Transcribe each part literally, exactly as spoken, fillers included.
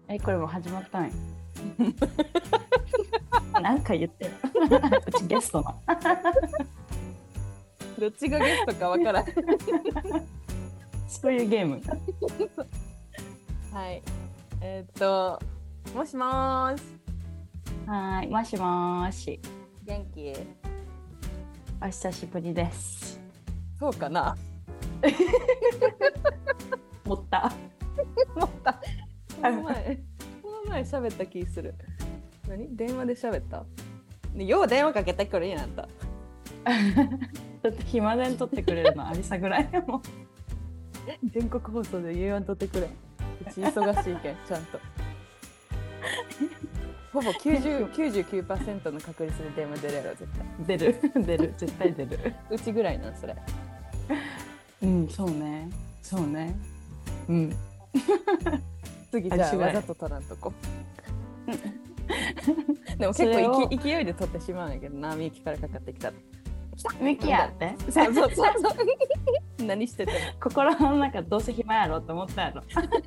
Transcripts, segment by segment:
え、これもう始まったんや。なんか言ってる。うちゲストな。 どっちがゲストかわからん。 そういうゲーム。 はい。えーっと、もしもーし。 はい、もしもーし。 元気？ お久しぶりです。 そうかな。 持った。 思った。この前、この前喋った気する。何？電話で喋った？ね、よう電話かけてくるやん、あんた。 ちょっと暇で撮ってくれるのありさぐらいやもん。 全国放送で言わんとってくれ。うち忙しいけん、ちゃんと。ほぼきゅうじゅう、きゅうじゅうきゅうパーセントの確率で電話出るやろ、絶出る出る絶対出る。 対。うちぐらいなん、それ。 うんそうねそうねうん。 次じゃあわざと取らんとこ。でも結構いき勢いで取ってしまうんやけどな、みゆきからかかってきたら。 ミキやってそうそうそうそう。何してても心の中どうせ暇やろって思ったやろ。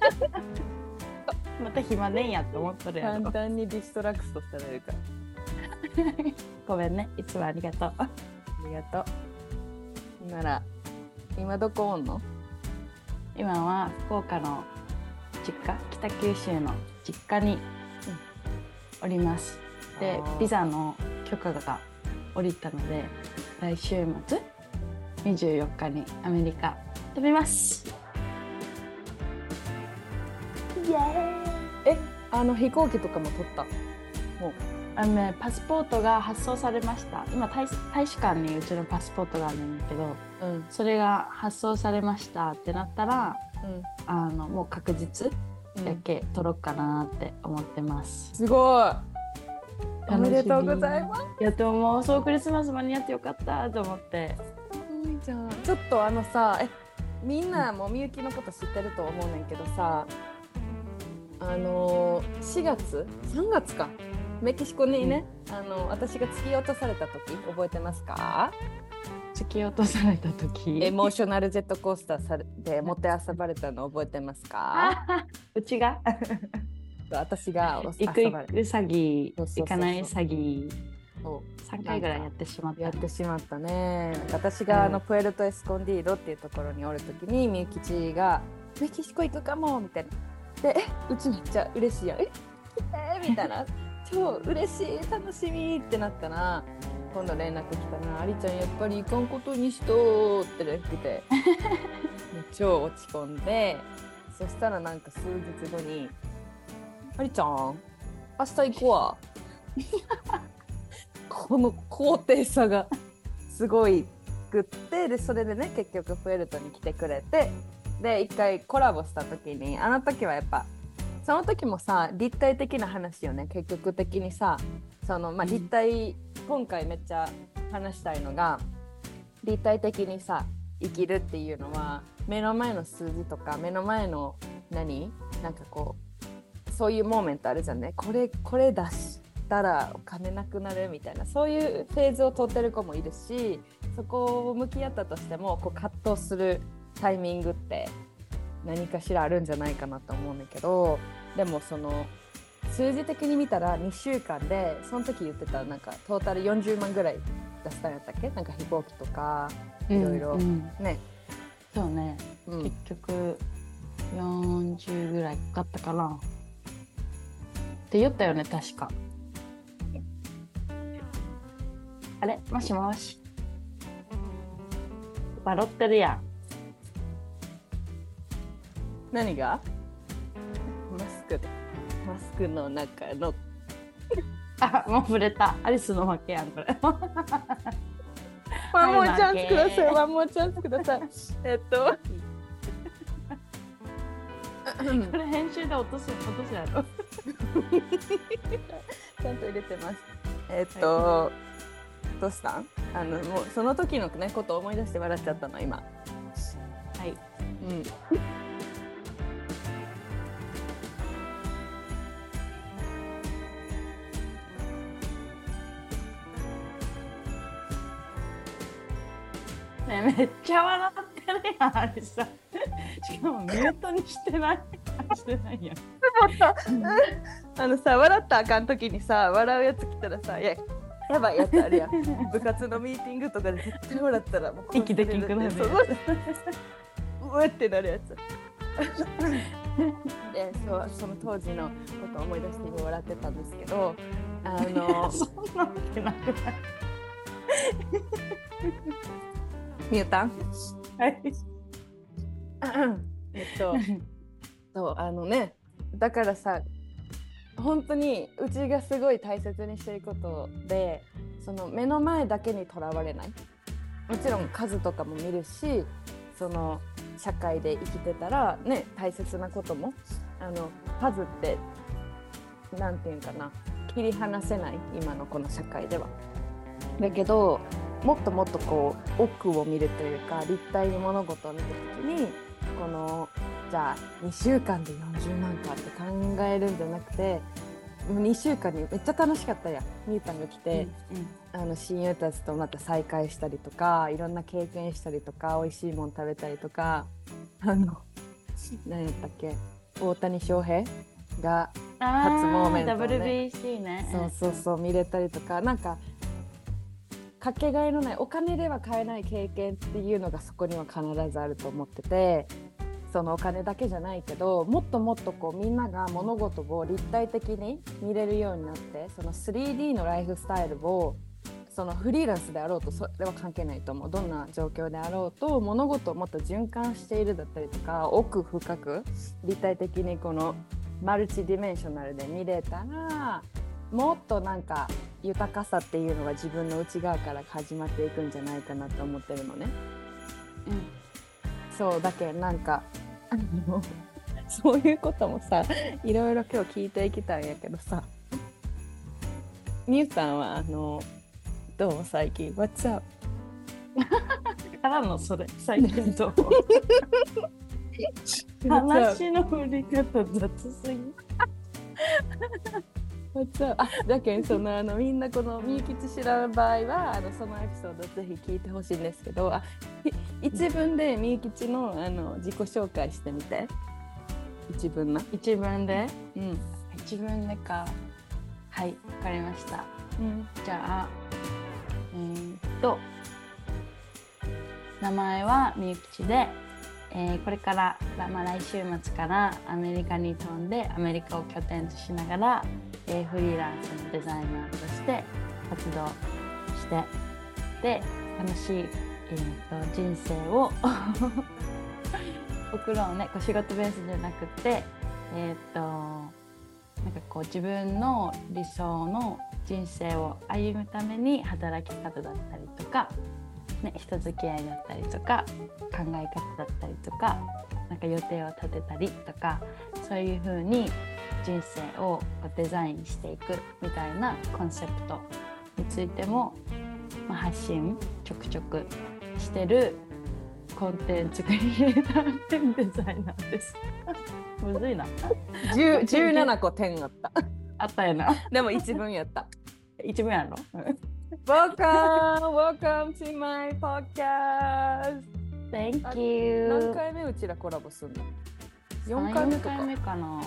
また暇ねんやって思っとるやろ。 簡単にディストラクトされるから。 ごめんね、いつもありがとう。 ありがとう。なら今どこおんの？ 今は福岡の実家、北九州の実家におります。で、ビザの許可が下りたので、来週末にじゅうよっかにアメリカ飛びます。イエーイ。 え、あの飛行機とかも取った？もうあのね、パスポートが発送されました。今 大, 大使館にうちのパスポートがあるんだけど、 うん、 それが発送されましたってなったら、 うん、 あのもう確実だけ取ろうかなって思ってます。 すごい。おめでとうございます。 いやでももうそうクリスマス間に合ってよかったと思って。 すごいじゃん。ちょっとあのさ、え、みんなもみゆきのこと知ってると思うねんけどさ、あのしがつさんがつかメキシコにね、うん、あの私が突き落とされた時覚えてますか？ 突き落とされた時エモーショナルジェットコースターでもてあそばれたの覚えてますか？ うちが私が行く行く詐欺、行かない詐欺さんかいぐらいやってしまった。 やってしまったね。私があのプエルトエスコンディードっていうところにおるときにみゆきちがメキシコ行くかもみたいなで、え、うちめっちゃ嬉しいやん、え、えー、みたいな超嬉しい楽しみってなったら今度連絡来たな、ありちゃんやっぱり行かんことにしとって連絡来て超落ち込んで、そしたらなんか数日後にありちゃん明日行こうわこの高低差がすごいグって、でそれでね結局プエルトに来てくれて、で一回コラボした時に、あの時はやっぱその時もさ立体的な話よね、結局的にさ、そのまあ立体、今回めっちゃ話したいのが立体的にさ生きるっていうのは目の前の数字とか目の前の何なんかこうそういうモーメントあるじゃんね、これこれ出したらお金なくなるみたいな、そういうフェーズを通ってる子もいるし、そこを向き合ったとしてもこう葛藤するタイミングって何かしらあるんじゃないかなと思うんだけど、でもその数字的に見たらにしゅうかんでその時言ってたなんかトータルよんじゅうまんぐらい出したんやったっけ、なんか飛行機とかいろいろね、 そうね、うん、結局よんじゅうぐらいかかったかなって言ったよね確か。あれもしもし、バロってるやん。 何が？マスクでマスクの中のあ、もう触れた。アリスの負けやんこれ。 ワンモーチャンスください。ワンモーチャンスください。えっとこれ編集で落とす落とすやろ。 ちゃんと入れてます。えっと、はい、どうしたん？あのもうその時のねことを思い出して笑っちゃったの今。はい。うん。 ね、めっちゃ笑ってるやんあれさ。しかもミュートにしてないしてないやん。 すあのさ、笑ったらあかん時にさ、笑うやつ来たらさ、いや、やばいやつあるやん。部活のミーティングとかで絶対笑ったらもう息できんくなるそうそううわってなるやつ。でそう、その当時のことを思い出して今笑ってたんですけど、あのそんなわけなくない。 ミュータンはいえっとそうあのね、だからさ、本当にうちがすごい大切にしていることで、その目の前だけにとらわれない。もちろん数とかも見るし、その社会で生きてたらね、大切なこともあの数ってなんていうかな、切り離せない今のこの社会では。だけどもっともっとこう奥を見るというか、立体に物事を見た時に、このじゃあにしゅうかんでよんじゅうまんかって考えるんじゃなくて、にしゅうかんにめっちゃ楽しかったやん。みゆたんが来て、 うんうんあの親友たちとまた再会したりとか、いろんな経験したりとか、美味しいもん食べたりとか、あの何やったっけ、大谷翔平が初モーメントをね、 ダブリュービーシー ね。 そうそうそう見れたりとか、なんかかけがえのない、お金では買えない経験っていうのがそこには必ずあると思ってて、そのお金だけじゃないけど、もっともっとこうみんなが物事を立体的に見れるようになって、その スリーディー のライフスタイルを、そのフリーランスであろうとそれは関係ないと思う。どんな状況であろうと物事をもっと循環しているだったりとか、奥深く立体的にこのマルチディメンショナルで見れたら、もっとなんか豊かさっていうのが自分の内側から始まっていくんじゃないかなと思ってるのね。 うん、 そうだけどなんかあのそういうこともさ、いろいろ今日聞いていきたいんやけどさ、みゆさんはあのどう最近 What's up? からのそれ最近どう話の振り方雑すぎ。 What's up? あ、だけどそのあのみんなこのみゆきち知らん場合はあのそのエピソードぜひ聞いてほしいんですけど、あ一文でみゆきちのあの自己紹介してみて。一文な。 一文で、 うん、 一文でか。はい、わかりました。 うん、 じゃあ、えー、っと名前はみゆきちで、えー、これから、まあ、来週末からアメリカに飛んでアメリカを拠点としながら、えー、フリーランスのデザイナーとして活動してで楽しい、えー、と人生を送ろうね。こう仕事ベースじゃなくて、えー、となんかこう自分の理想の人生を歩むために働き方だったりとか、ね、人付き合いだったりとか考え方だったりとか、なんか予定を立てたりとか、そういう風に人生をデザインしていくみたいなコンセプトについても、まあ、発信ちょくちょくしてるコンテンツクリエイター兼デザイナーです。むずいな。 じゅうななこ点あったあったやな。 でも一文やった。 一文やろ。 Welcome, welcome to my podcast. Thank you. 何回目うちらコラボすんの？よんかいめとか。 よんかいめかな。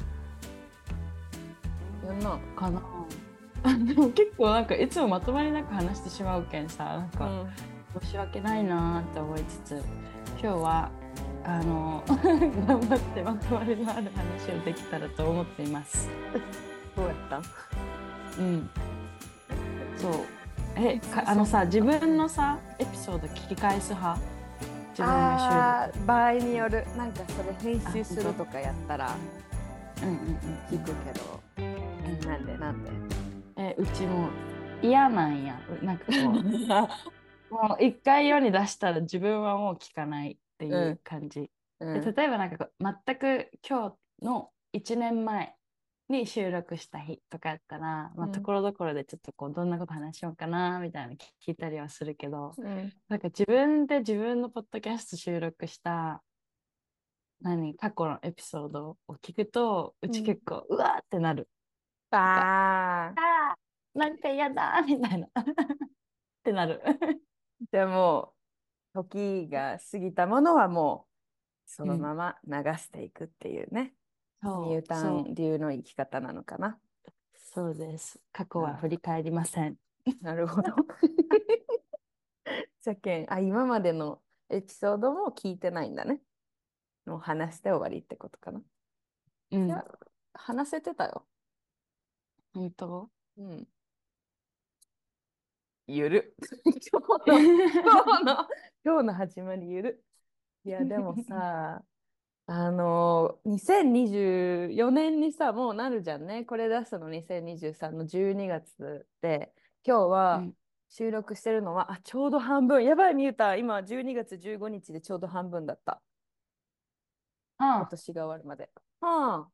やんな。 かな。でも結構なんかいつもまとまりなく話してしまうけんさ、なんか、うん申し訳ないなって思いつつ、今日はあの頑張ってまとまりのある話をできたらと思っています。 どうやった？ うん。そう。え、あのさ、自分のさエピソード聞き返す派？自分の収録。場合による。なんかそれ編集するとかやったら、 うんうんうん聞くけど、うん、なんでなんで？ え、うちも嫌なんや。なんかこう。もう一回世に出したら自分はもう聞かないっていう感じ、うんうん、で例えばなんか全く今日のいちねんまえに収録した日とかやったら、まあ、ところどころでちょっとこうどんなこと話しようかなみたいな聞いたりはするけど、うん、なんか自分で自分のポッドキャスト収録した何過去のエピソードを聞くとうち結構、うん、うわーってなる。 ああなんか嫌だみたいなってなる。 でも時が過ぎたものはもうそのまま流していくっていうね、 ミューそう、 タンそう、 流の生き方なのかな。 そうです。過去は振りなるほど。 返りません。 なるほど。じゃけん、あ、今までのエピソードも聞いてないんだね。もう話して終わりってことかな。いや、 うん。 話せてたよ。 本当。 うん。ゆる。今日の、今日の、今日の始まりゆる。いや、でもさ、あのー、にせんにじゅうよねんにさ、もうなるじゃんね。これ出すのにせんにじゅうさんのじゅうにがつで、今日はうん。 収録してるのは、あ、ちょうど半分。やばい、見えた。今、じゅうにがつじゅうごにちでちょうど半分だった。今ああ、 年が終わるまで。は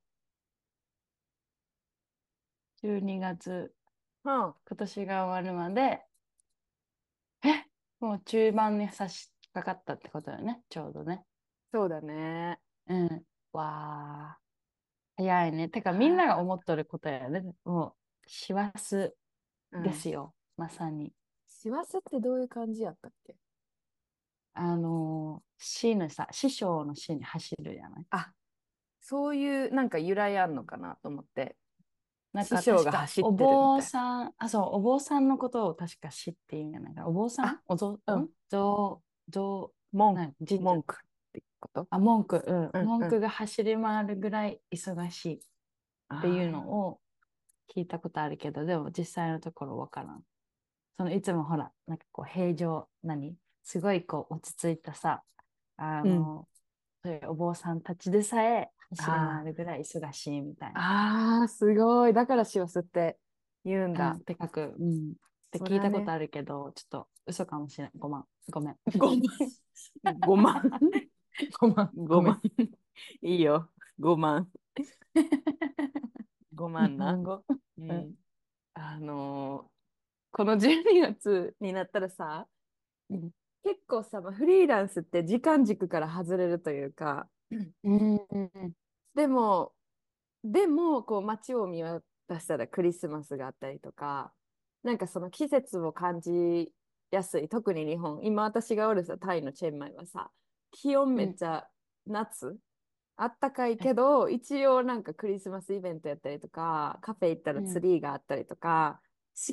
じゅうにがつ、 あ、はあ、 今年が終わるまで、え、もう中盤に差し掛かったってことだよね。ちょうどね。 そうだね。 うん。わあ、早いね。てか、みんなが早かった。 思っとることやね。もう、師走うん。 ですよ。まさに。 師走ってどういう感じやったっけ？ あのー、死のさ、師匠の死に走るじゃない。 あ、そういうなんか由来あんのかなと思って。 なん師匠か確か、 が走ってるみお坊たいさん、あ、そう、お坊さんのことを確か死っていうんじゃないか。お坊さな。 んおぞ、 あ、うんん。 ぞ、ぞ、 文、 な神社。 文句ってことあ、文句、うん。 うんうん。 文句が走り回るぐらい忙しいっていうあのを聞いたことあるけど、でも実際のところわからん。そのいつもほら、なんかこう平常、何すごいこう落ち着いたさ、ああ。うん。 の、そういうお坊さんたちでさえ走り回あるぐらい忙しいみたいな。 あ。ああ、すごい。だから師走って言うんうん、 だ。 って書く。うん。ってそらね。 聞いたことあるけど、ちょっと嘘かもしれん。ごまん。ごめん。 ごまん。ごまん。 ごまん。ごめん。 ごまん。いいよ。ごまん。ごま日んな。 本語。うん。 うん。あのーこのじゅうにがつになったらさ、 うん。 結構さ、まあ、フリーランスって時間軸から外れるというか、 うん。うん。 でも、でも、こう街を見渡したらクリスマスがあったりとか、なんかその季節を感じやすい、特に日本、今私がおるさ、タイのチェンマイはさ、気温うん。 めっちゃ夏、あったかいえ、 けど、一応なんかクリスマスイベントやったりとか、カフェ行ったらツうん。 リーがあったりとか、視うん。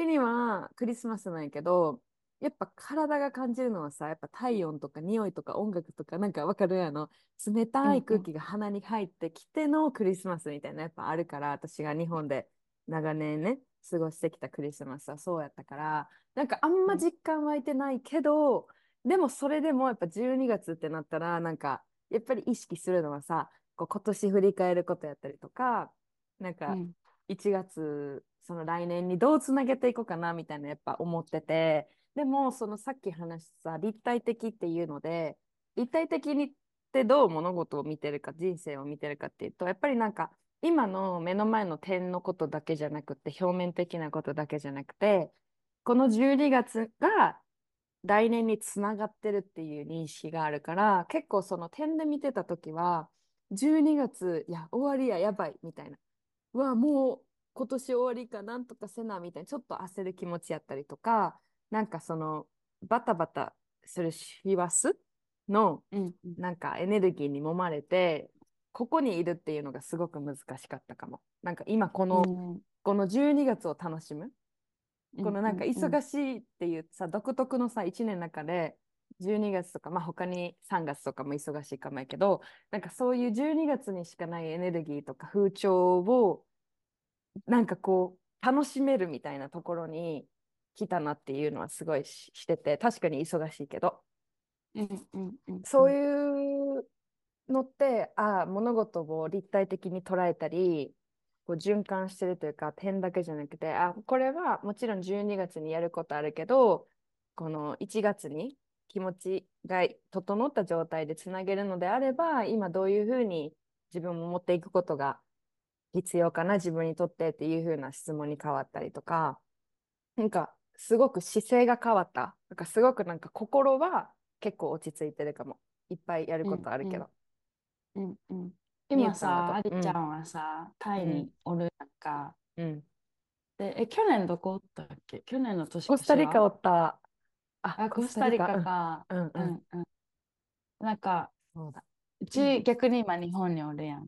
覚的にはクリスマスなんやけど、やっぱ体が感じるのはさ、やっぱ体温とか匂いとか音楽とかなんかわかるやの、冷たいうん。うん。 空気が鼻に入ってきてのクリスマスみたいなやっぱあるから、私が日本で長年ね、過ごしてきたクリスマスはそうやったから、なんかあんうん。 ま実感湧いてないけど、でもそれでもやっぱじゅうにがつってなったら、なんかやっぱり意識するのはさ、こう今年振り返ることやったりとか、なんかうん。 いちがつ、その来年にどうつなげていこうかなみたいなやっぱ思ってて、でもそのさっき話した立体的っていうので、立体的にってどう物事を見てるか、人生を見てるかっていうと、やっぱりなんか今の目の前の点のことだけじゃなくて、表面的なことだけじゃなくて、このじゅうにがつが来年につながってるっていう認識があるから、結構その点で見てた時は、じゅうにがつ、いや、終わりや、やばい、みたいな。うわ、もう今年終わりかなんとかせなみたいなちょっと焦る気持ちやったりとか、なんかそのバタバタする師走のうん。うん。 なんかエネルギーに揉まれて、ここにいるっていうのがすごく難しかったかも。なんか今このうん。うん。 このじゅうにがつを楽しむ、 うん。 このなんかうん。 忙しいっていうさ独特のさいちねんの中でじゅうにがつとか、まあ、他にさんがつとかも忙しいかもやけど、なんかそういうじゅうにがつにしかないエネルギーとか風潮をなんかこう楽しめるみたいなところに来たなっていうのはすごいし、してて、確かに忙しいけど、 うん。うん。うん。うそうん。 いうのってああ物事を立体的に捉えたりこう循環してるというか点だけじゃなくて、あこれはもちろんじゅうにがつにやることあるけど、このいちがつに気持ちが整った状態でつなげるのであれば、今どういうふうに自分も持っていくことが必要かな自分にとってっていう風な質問に変わったりとか、なんかすごく姿勢が変わった。なんかすごくなんか心は結構落ち着いてるかも。いっぱいやるこうん。うん。 とあるけど。 うん。うん。 みゆ今さ、あたんはど、うん、 りちゃんはさ、タイうん、 におるやんか。 うん。 で、え、去年どこおったっけ？去年の年コスタリカお越しは。 った。あ、 あ、 ココスタリカ。 スタリカうん、 か。 うん、うん。 うん。うん。なんか、 そうだ。 ううん、 ち逆に今日本におるやんか。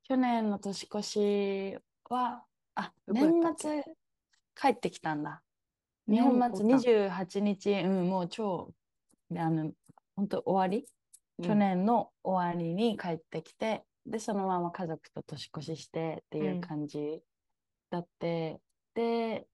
去年の年越しは、あ、 どこやっ年たっけ？ 末帰ってきたんだ。 日本年末おったん？ にじゅうはちにち、うん、もう超、であの、本当終わり、去うん。 年の終わりに帰ってきて、で、そのまま家族と年越ししてっていううん。 感じだって、で、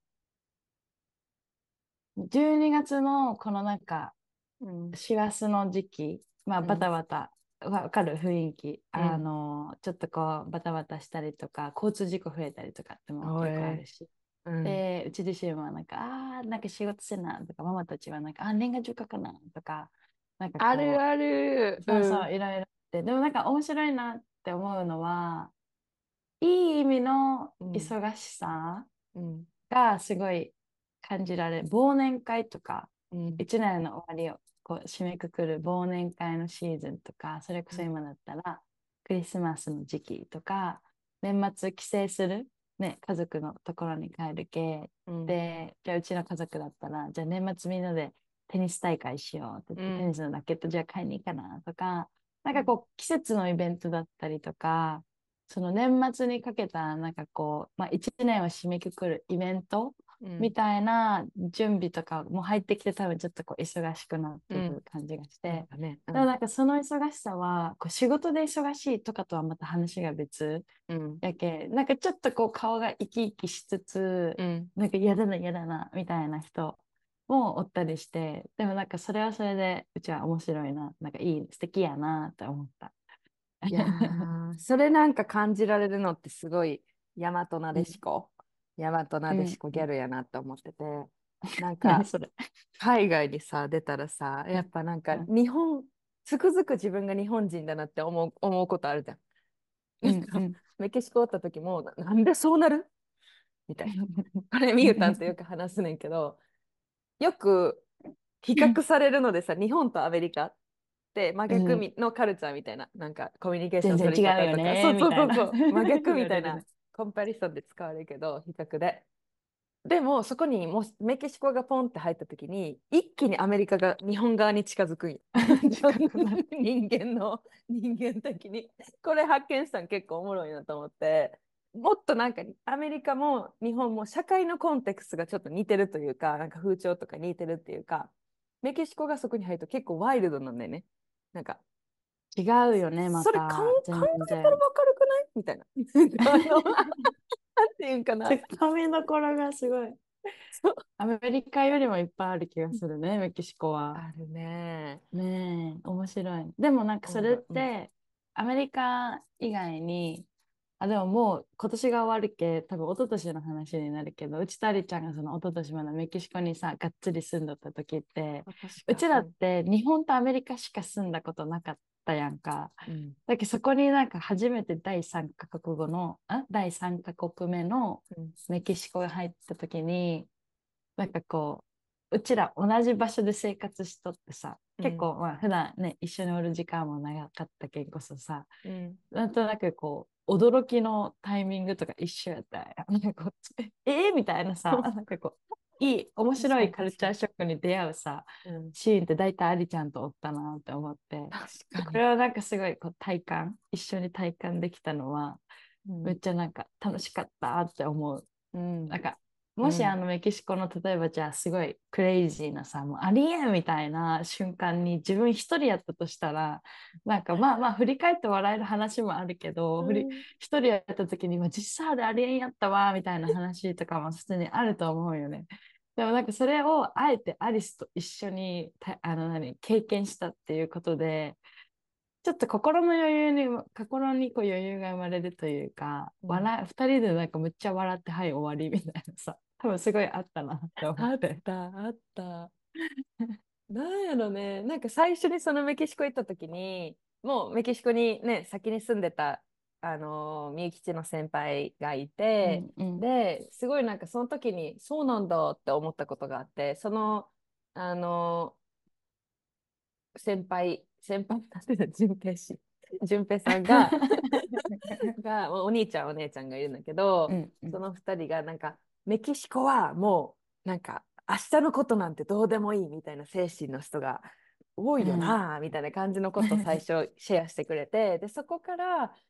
じゅうにがつのこのなんか、 うん。 師走の時期、まあ、バうん。 タバタ、わかる雰囲気、あうん。 の、ちょっとこう、バタバタしたりとか、交通事故増えたりとかってもおえよくあるし。 ー。うん。 で、うち自身はなんか、あー、なんか仕事せなとか、ママたちはなんか、あ、年賀状書かなとか、なんかこあるある。 う、そうそう、 うん。 いろいろあって、でもなんか面白いなって思うのは、いい意味のうん。 忙しさうん。 がすごい感じられる。忘年会とか、 うん。 一年の終わりをこう締めくくる忘年会のシーズンとか、それこうん。 そ今だったらクリスマスの時期とか、年末帰省する、ね、家族のところに帰る系うん。 で、じゃあうちの家族だったら、じゃあ年末みんなでテニス大会しようって言って、テニうん。 スのラケットじゃあ買いに行かなとか、なんうん。 かこう季節のイベントだったりとか、その年末にかけたなんかこう、まあ、いちねんを締めくくるイベントうん。 みたいな準備とかも入ってきて多分ちょっとこう忙しくなっうん。 てる感じがして、 そうだね。うん。 でもなんかその忙しさはこう仕事で忙しいとかとはまた話が別うん。 やけ、なんかちょっとこう顔が生き生きしつつ、 うん。 なんか嫌だな嫌だなみたいな人もおったりして、でもなんかそれはそれでうちは面白いな、なんかいい、素敵やなって思った。 いやー、それなんか感じられるのってすごい大和なうん、 でしこ、大和なうん、 でしこギャルやなって思ってて、なんか何それ。 海外にさ、出たらさ、やっぱなんか日本、つくづく自分が日本人だなって思う、思うことあるじゃん。 うん、 なんかうん。 メキシコおった時も、な、なんでそうなるみたいな。これみゆたんとよく話すねんけど、よく比較されるのでさ、日本とアメリカって真うん、 逆みのカルチャーみたいな、なんかコミュニケーション取り全然違う方とか、そよね、 うそうみたいなそうそう、真逆みたいな言われるね。 コンパリソンで使われるけど、比較で。でも、そこにもしメキシコがポンって入った時に、一気にアメリカが日本側に近づくんよ。 近くなる。 人間の、人間的に。これ発見したの結構おもろいなと思って、もっとなんかアメリカも日本も社会のコンテクストがちょっと似てるというか、なんか風潮とか似てるっていうか、メキシコがそこに入ると結構ワイルドなんだよね。なんか、 違うよね、まそれかん考た、全えたら然。 わかるくないみたいな。あの、なんていうんかな。 ツッコミどころがすごい。 そうアメリカよりもいっぱいある気がするね、メキシコは。 あるね。 ねえ、面白い。でもなんかそれっおもろい。うん。 て、アメリカ以外に、あ、でももう今年が終わるけ、多分一昨年の話になるけど、うちとありちゃんがその一昨年まだメキシコにさ、がっつり住んどった時って、 あ、確か。 うちらっうん。 て日本とアメリカしか住んだことなかったやんか。 うん。 だけどそこになんか初めて第三カ国語の、あ、第三カ国目のうん。 メキシコが入った時に、なんかこう、うちら同じ場所で生活しとってさ、 うん。 結構まあ普段ね、一緒におる時間も長かったけんこそさ、 うん。 なんとなくこう、驚きのタイミングとか一緒やったんや。なんかこう、えー、みたいなさ、なんかこう、いい、面確かに、 白いカル確かに。 チャーショックに出会うさ、 うん。 シーンって大体アリちゃんとおったなって思って、 確かに。 これはなんかすごいこう体感、一緒に体感できたのは、 うん。 めっちゃなんか楽しかったって思う。 うん。 なんか、もしあうん。 のメキシコの例えばじゃあすごいクレイジーなさ、もうありえんみたいな瞬間に自分一人やったとしたら、なんかまあまあ振り返って笑える話もあるけど、振りうん。 一人やった時に、まあ、実際あれありえんやったわみたいな話とかも普通にあると思うよね。でもなんかそれをあえてアリスと一緒にたあの何経験したっていうことで、ちょっと心の余裕に、心にこう余裕が生まれるというか、 うん。 笑、二人でなんかむっちゃ笑って、はい、終わりみたいなさ、多分すごいあったなって思っあって。 た、あった。なんやろね。なんか最初にそのメキシコ行った時に、もうメキシコにね、先に住んでた、あのー、みゆきちの先輩がいて、 うんうん。 で、すごいなんかその時に、そうなんだって思ったことがあって、その、あのー、先輩、先輩なんていうの、淳平氏。淳平さんが、が、お兄ちゃんお姉ちゃんがいるんだけど、 うんうん。 その二人がなんかメキシコはもうなんか明日のことなんてどうでもいいみたいな精神の人が多いようん。 なみたいな感じのことを最初シェアしてくれて、でそこから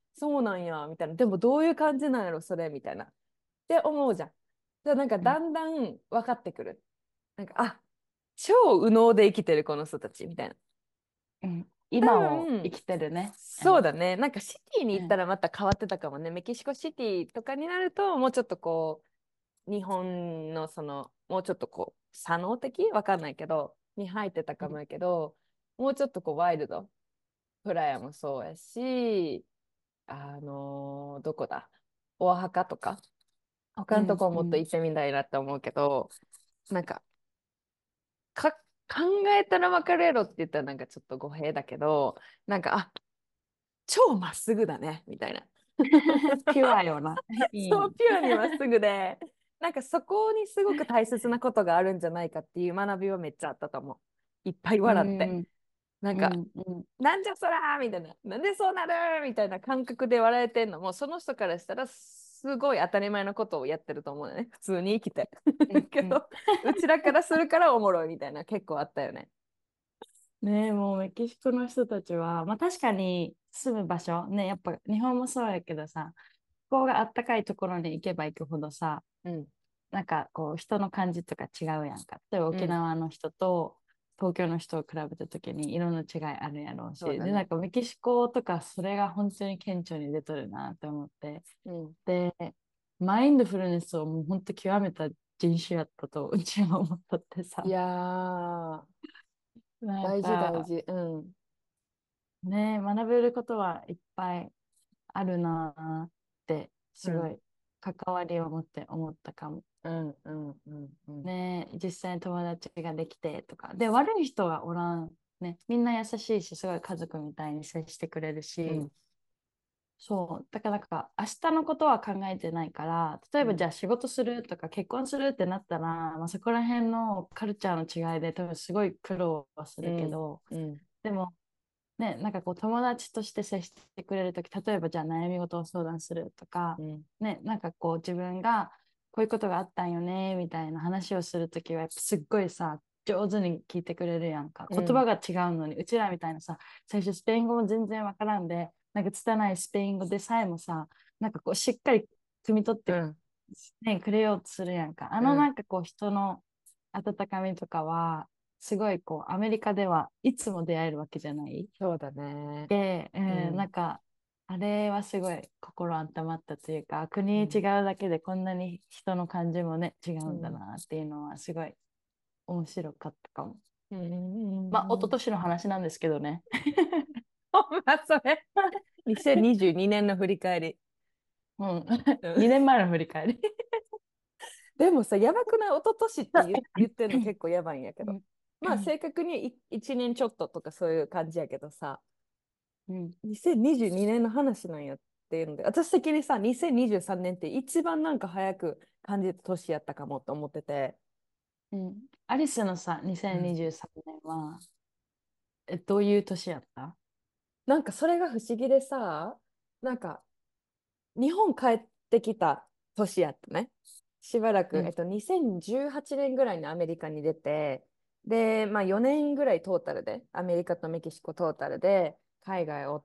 そうなんやみたいな、でもどういう感じなんやろそれみたいなって思うじゃん。じゃなんかうんだんだん分かってくる。なんかあ、超右脳で生きてるこの人たちみたいな。 うん、 多今を生分きてるね。うん。 そうだね。なんかシティに行ったうん。 らまた変わってたかもね。メキシコシティとかになるともうちょっとこう日本のそのもうちょっとこう左脳的わかんないけどに入ってたかもやけど、もうちょっとこうワイルド。プラヤもそうやし、あのーどこだ、オアハカとか他のとうん。 こもっとうん。 行ってみたいなって思うけど、なんかか考えたら分かるやろって言ったらなんかちょっと語弊だけど、なんかあ、超まっすぐだねみたいな。 ピュアよな。いそう、 い。 ピュアにまっすぐで、なんかそこにすごく大切なことがあるんじゃないかっていう学びはめっちゃあったと思う。いっぱいう笑って。 ん。 なんか、 うん。うん。 なんじゃそらーみたいな、なんでそうなるみたいな感覚で笑えてんのも、その人からしたらすごい当たり前のことをやってると思うのね。普通に生きて。 うん。うん。 けど、うちらからするからおもろいみたいな結構あったよね。 ねえ、もうメキシコの人たちは、まあ確かに住む場所、ね、やっぱ日本もそうやけどさ、ここがあったかいところに行けば行くほどさ、 うん、 なんかこう人の感じとか違うやんか。例えば沖うん、 縄の人と東京の人を比べた時に色の違いあるやろうし、で、なんそうだね。 かメキシコとかそれが本当に顕著に出とるなって思って。 うん。 で、マインドフルネスをもう本当極めた人種やったとうちは思っとってさ、 いやー、 なん大事大か事。うん、 ね、学べることはいっぱいあるなーってうん、 すごい関わりを持って思ったかも。 うん、うん、うん、うん。 ね、実際に友達ができてとか。で、悪い人はおらん。ね、みんな優しいし、すごい家族みたいに接してくれるし、 うん、 そう。だからなんか、明日のことは考えてないから、例えうん、 ばじゃあ仕事するとか結婚するってなったら、まあ、そこら辺のカルチャーの違いで多分すごい苦労はするけうん、 ど、 うん、 でも、ね、なんかこう友達として接してくれるとき、例えばじゃあ悩み事を相談するとか、 うん、 ね、なんかこう自分がこういうことがあったんよね、みたいな話をするときは、やっぱすっごいさ、上手に聞いてくれるやんか。 うん、 言葉が違うのに、うちらみたいなさ、最初スペイン語も全然わからんで、なんか拙いスペイン語でさえもさ、なんかこうしっかり汲み取って、 うん、 ね、くれようとするやんか。あうん。 のなんかこう人の温かみとかは、すごいこうアメリカではいつも出会えるわけじゃないそうだね。 で、えーなうん、 んか、あれはすごい心温まったというか、国違ううん、 だけでこんなに人の感じもね、違うんだうん、 なっていうのはすごい面白かったかも。 うまあ、一昨ん。 年の話なんですけどね。 ほんまそれ。にせんにじゅうにねんの振り返り。 うん。 うん。 にねんまえの振り返り。 でもさ、やばくない？一昨年って言、言ってんの結構やばいんやけど。 うん。 まあ正確にいいちねんちょっととかそういう感じやけどさ、 うん。 にせんにじゅうにねんの話なんやっていうので、私的にさ、にせんにじゅうさんねんって一番なんか早く感じた年やったかもと思ってて。 うん。アリスのさ、 うん。 にせんにじゅうさんねんは、え、どういう年やった？ なんかそれが不思議でさ、なんか日本帰ってきた年やったね。しばらく、 うん。 えっと、にせんじゅうはちねんぐらいにアメリカに出て、で、まあよねんぐらいトータルで、アメリカとメキシコトータルで海外を追って、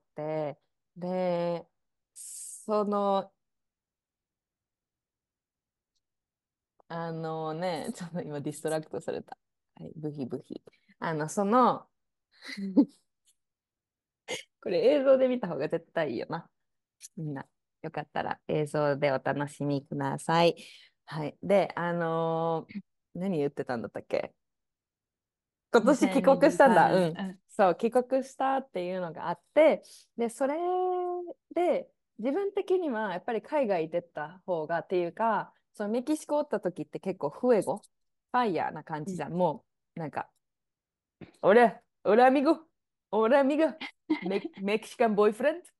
で、その、あのね、ちょっと今ディストラクトされた。はい、ブヒブヒ。あの、その、これ映像で見た方が絶対いいよな。みんな、よかったら映像でお楽しみください。はい。で、あのー何言ってたんだったっけ？今年帰国したん 2023 だ。う年。 ん。 うん。 そう、帰国したっていうのがあって、で、それで、自分的にはやっぱり海外出た方がっていうか、そのメキシコおった時って結構フエゴ、ファイヤーな感うん。 じじゃん。もう、なんか、俺、俺アミゴ、俺アミゴ、メ、メキシカンボーイフレンド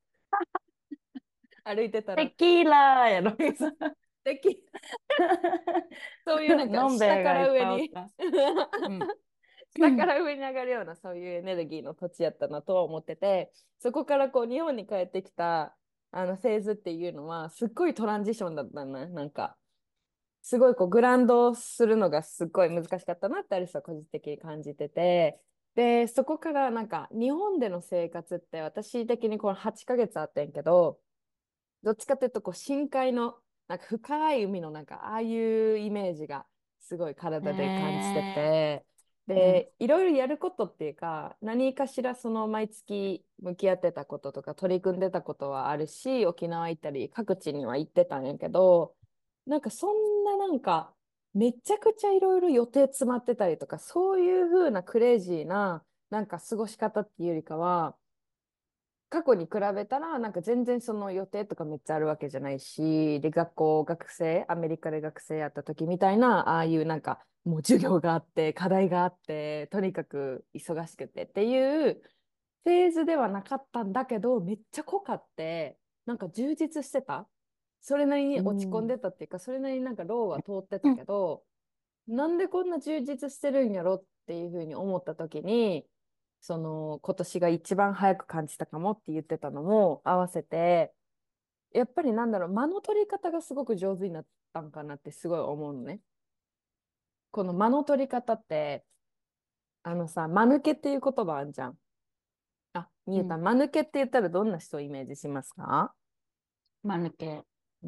歩いてたら、 テキーラーやろ。 素敵。そういうなんかのんべ下かえがいっら上にぱいおった。うん。 下から上に上がるようなそういうエネルギーの土地やったなとは思ってて、そこからこう日本に帰ってきたあのフェーズっていうのはすっごいトランジションだったな。なんかすごいこうグランドするのがすっごい難しかったなってアリスは個人的に感じてて、 で、そこからなんか日本での生活って私的にこのはちかげつあってんけど、どっちかというとこう深海のなんか深い海のなんかああいうイメージがすごいえ体で感じてー、 て、 うん、 でいろいろやることっていうか何かしらその毎月向き合ってたこととか取り組んでたことはあるし、沖縄行ったり各地には行ってたんやけど、なんかそんななんかめちゃくちゃいろいろ予定詰まってたりとかそういう風なクレイジーななんか過ごし方っていうよりかは、過去に比べたらなんか全然その予定とかめっちゃあるわけじゃないし、で学校学生アメリカで学生やった時みたいなああいうなんかもう授業があって課題があってとにかく忙しくてっていうフェーズではなかったんだけど、めっちゃ濃かってなんか充実してた。それなりにう落ち込んん、 でたっていうか、それなりになんかローは通ってたうん、 けど、なんでこんな充実してるんやろっていうふうに思った時に、その今年が一番早く感じたかもって言ってたのも合わせて、やっぱりなんだろう、間の取り方がすごく上手になったんかなってすごい思うのね。この間の取り方って、あのさ、間抜けっていう言葉あんじゃん。あ、みゆたん、 うん。 間抜けって言ったらどんな人をイメージしますか？ 間抜け、 うん。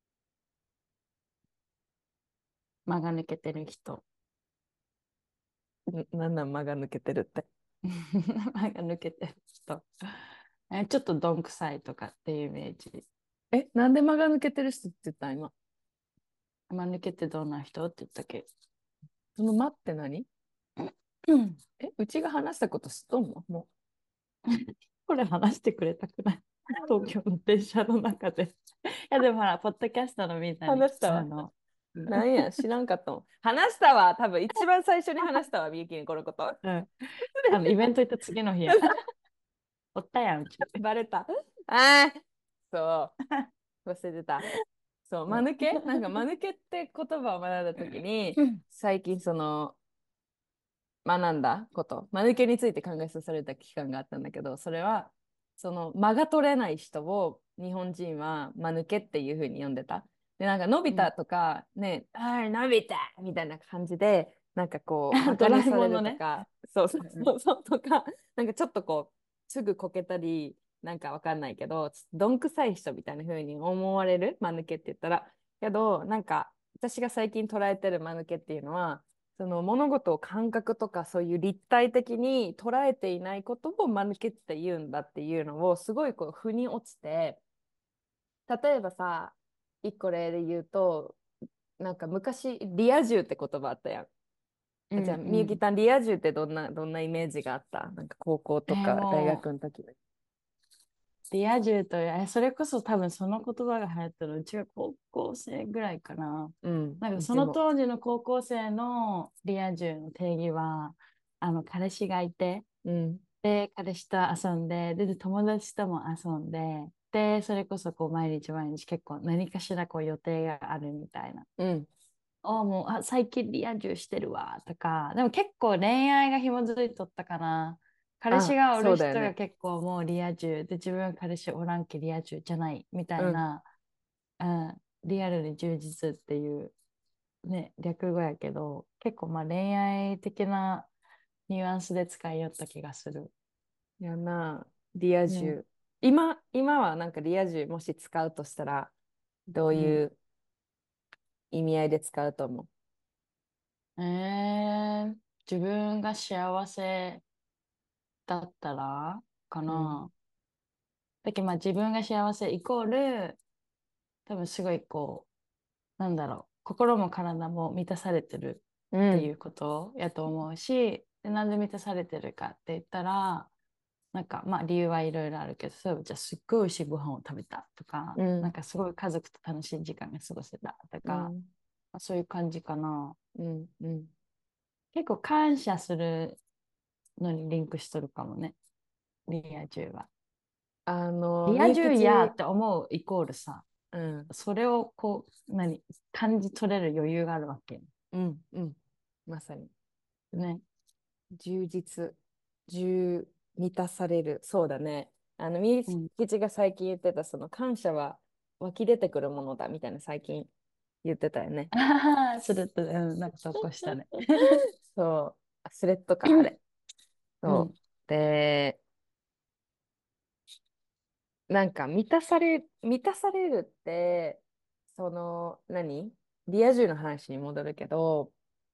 間が抜けてる人。 んなんなん間が抜けてるって。 間が抜けてる人。え、ちょっとどんくさいとかっていうイメージ。 え、なんで間が抜けてる人って言った今？ 間抜けってどんな人って言ったっけ？ その間って何？ うん。 え、うちが話したこと知っとんのもこれ話してくれたくない？東京の電車の中で。いや、でもほら、ポッドキャストのみんう。 なに、 話したわ。 あの、うん、 なんや、知らんかったもん。話したわ。多分一番最初に話したわ、みゆきにこのこと。 うん、あのイベント行った次の日や。おったやん、うち。 バレた。ああ、そう、忘れてた。そう、間うん。 抜けなんか間抜けって言葉を学んだ時に、最近その、学んだこと、間抜けについて考えさせられた期間があったんだけど、それは、その間が取れない人を日本人は間抜けっていうふうに呼んでた。で、なんか、のびうん。 太とか、ね、はい、のび太みたいな感じで、なんかこう、バドラえカにされもんのね。 るとか、そうそううんそうそうとか、なんかちょっとこう、すぐこけたり、なんかわかんないけど、どんくさい人みたいな風に思われる間抜けって言ったら、けど、なんか、私が最近捉えてる間抜けっていうのは、その物事を感覚とかそういう立体的に捉えていないことを間抜けって言うんだっていうのをすごいこう腑に落ちて、例えばさ、一個例で言うと、なんか昔リア充って言葉あったやん。 うあ、じゃあんうん。 みゆきたんリア充ってどんなどんなイメージがあった？なんか高校とえー、 か大も学の時の。 う、リア充という、え、それこそ多分その言葉が流行ったの、うちが高校生ぐらいかな。 うん、 なんかそのうちも。 当時の高校生のリア充の定義は、あの、彼氏がいて、 うん、 で、彼氏と遊んで、で、友達とも遊んで、で、それこそこう毎日毎日結構何かしらこう予定があるみたいな。 うん、 あ、もう、あ、最近リア充してるわ、とか。でも結構恋愛が紐づいとったかな。彼氏あ、 がおる人がそうだよね。 結構もうリア充で、自分は彼氏おらんけリア充じゃないみたうん、 いな、うん、リアルに充実っていうね、略語やけど、結構まあ恋愛的なニュアンスで使いよった気がする。 やな、リアね。 充。今、今はなんかリア充もし使うとしたら、どううん。 いう意味合いで使うと思えー、自分が幸せだったらかう？うん、 な。だけどまあ自分が幸せイコール、多分すごいこう、なんだろう、心も体も満たされてるうん、 っていうことやと思うし、で、なんで満たされてるかって言ったら、なんかまあ理由はいろいろあるけど、例えばじゃあすっごい美味しいご飯を食べたとか、 うん、 なんかすごい家族と楽しい時間が過ごせたとか、 うん、 そういう感じかな。 うん、うん。 結構感謝するのにリンクしとるかもね、リア充は。 あの、みゆきリア充やっち、 て思うイコールさ、 うん、 それをこう、何、感じ取れる余裕があるわけうん、うん。まさに。 ね。 充実、充、満たされる。そうだね。あの、みゆうん。 きちが最近言ってた、その感謝は湧き出てくるものだみたいな最近言ってたよね。 ああ、すると、うん、なんか投稿したね。 そう。あスレッドか、あれ。 そうでなんか満たされ満たされるってその何リア充の話に戻るけど、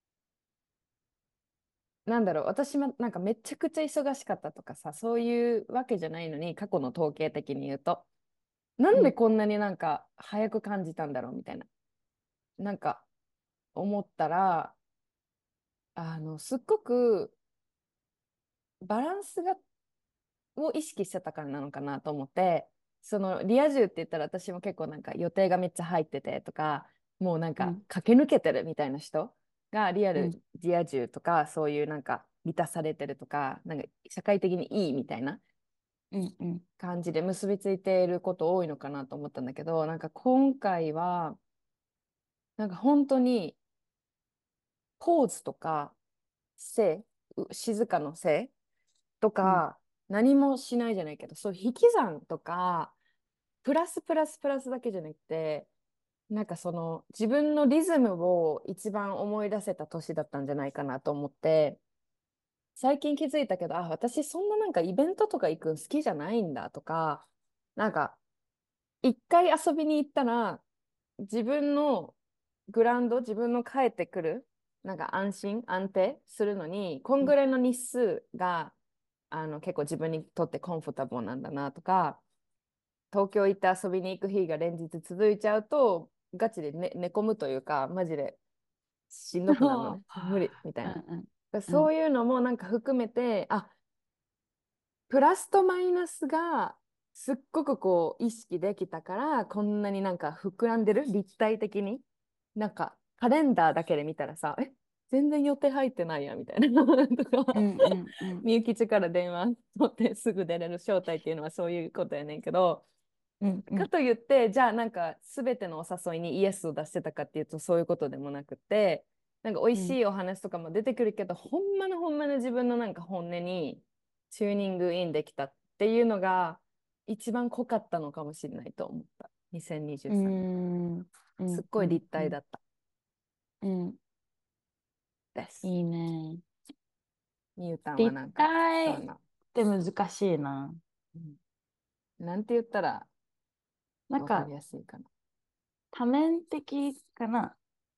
なんだろう、私もなんかめちゃくちゃ忙しかったとかさ、そういうわけじゃないのに、過去の統計的に言うと、なんでうんこんなになんか早く感じたんだろうみたいな、なんか思ったら、あの、すっごくバランスがを意識してたからなのかなと思って、そのリア充って言ったら私も結構なんか予定がめっちゃ入っててとか、もうなんかうん駆け抜けてるみたいな人がリアルうんリア充とかそういうなんか満たされてるとか、なんか社会的にいいみたいなうんうん感じで結びついていること多いのかなと思ったんだけど、なんか今回はなんか本当にポーズとか静静かの静とうんか何もしないじゃないけど、そう引き算とかプラスプラスプラスだけじゃなくて、なんかその自分のリズムを一番思い出せた年だったんじゃないかなと思って、最近気づいたけど、あ、私そんななんかイベントとか行くの好きじゃないんだとか、なんか一回遊びに行ったら自分のグラウンド、自分の帰ってくる、なんか安心、安定するのに、こんぐらいの日数があの結構自分にとってコンフォタブルなんだなとか、東京行って遊びに行く日が連日続いちゃうと、ガチで、ね、寝込むというか、マジでしんどくなるのね。無理みたいな。 うんうんそういうのもなんか含めて、あ、プラスとマイナスがすっごくこう意識できたから、こんなになんか膨らんでる、立体的に。なんかカレンダーだけで見たらさ、え、全然予定入ってないやみたいなとか、 うんうんうんみゆきちから電話取ってすぐ出れる招待っていうのはそういうことやねんけど、 うんうんかといってじゃあなんか全てのお誘いにイエスを出してたかっていうとそういうことでもなくて、なんか美味しうんいお話とかも出てくるけど、ほんまのほんまの自分のなんか本音にチューニングインできたっていうのが一番濃かったのかもしれないと思った。 うにせんにじゅうさんねんんうんすっごい立うん体だったうんです。 いいね。 みゆたんは立なんか体っどんな、 て難しいな。 うん、なんて言ったらなんかわかりやすいかな。 多面的かな。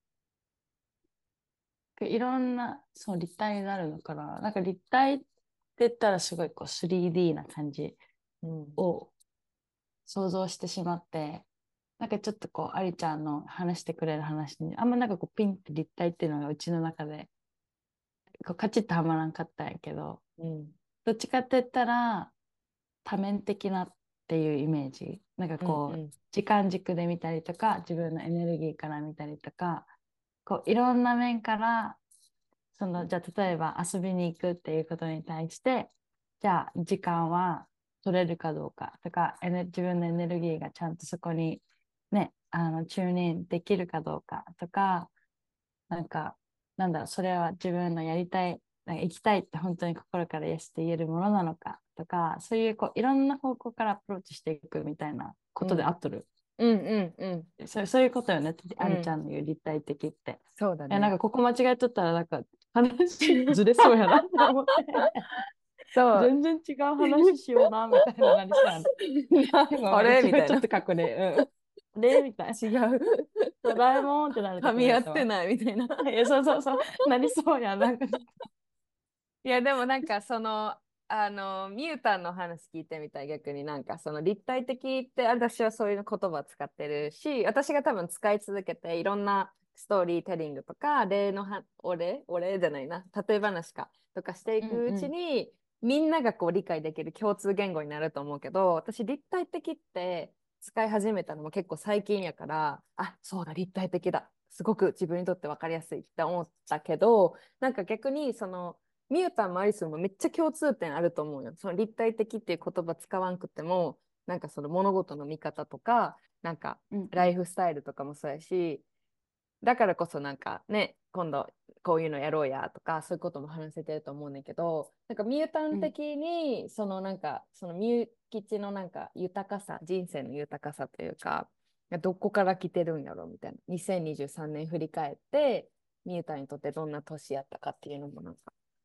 いろんな、そう、立体になるのかな。なんか立体って言ったらすごいこう スリーディー な感じうん。 を想像してしまって、なんかちょっとこう、ありちゃんの話してくれる話に、あんまなんかこう、ピンって立体っていうのがうちの中で、こうカチッとはまらんかったんやけど、 うん。 どっちかって言ったら、多面的なっていうイメージ。なんかこう、 うんうん。 時間軸で見たりとか、自分のエネルギーから見たりとか、こう、いろんな面からその、じゃあ、例えば遊びに行くっていうことに対して、じゃあ、時間は取れるかどうかとか、エネ自分のエネルギーがちゃんとそこにね、あの、チューニングできるかどうかとか、なんか、なんだろう、それは自分のやりたい、なんか行きたいって本当に心からイエスって言えるものなのかとか、そういうこういろんな方向からアプローチしていくみたいなことで合うんっとる。 うんうんうん。 そう、そういうことよね、ありちゃうん。 んの言う立体的って。え、なんそうだね。 かここ間違えとったら、なんか話ずれそうやなって思って、 そう。 全然違う話しような、みたいななりそうやな。ごあめん、一応ちょっれみたいな。 と隠れ、うん。で、みたいな。 違う。 ドラえもんってなると噛みころやったわ。 合ってないみたいな。 いや、そうそうそう、なりそうやん、なんか。 いや、でもなんかその、あの、ミュータンの話聞いてみたい。逆になんかその立体的って私はそういう言葉を使ってるし、私が多分使い続けていろんなストーリーテリングとか、例のは、お礼お礼じゃないな。例え話か。とかしていくううんうん。 ちに、みんながこう理解できる共通言語になると思うけど、私立体的って使い始めたのも結構最近やから、あ、そうだ、立体的だ。すごく自分にとって分かりやすいって思ったけど、なんか逆にその、ミュータンもアリスもめっちゃ共通点あると思うよ。その立体的っていう言葉使わんくても、なんかその物事の見方とか、なんかうんうん。 ライフスタイルとかもそうやし、だからこそなんかね、今度こういうのやろうやとか、そういうことも話せてると思うねんだけど、なんかミュータうん。 ン的に、そのなんか、そのミュー吉のなんか豊かさ、人生の豊かさというか、どこから来てるんやろみたいな。にせんにじゅうさんねん振り返って、ミュータンにとってどんな年やったかっていうのもなんか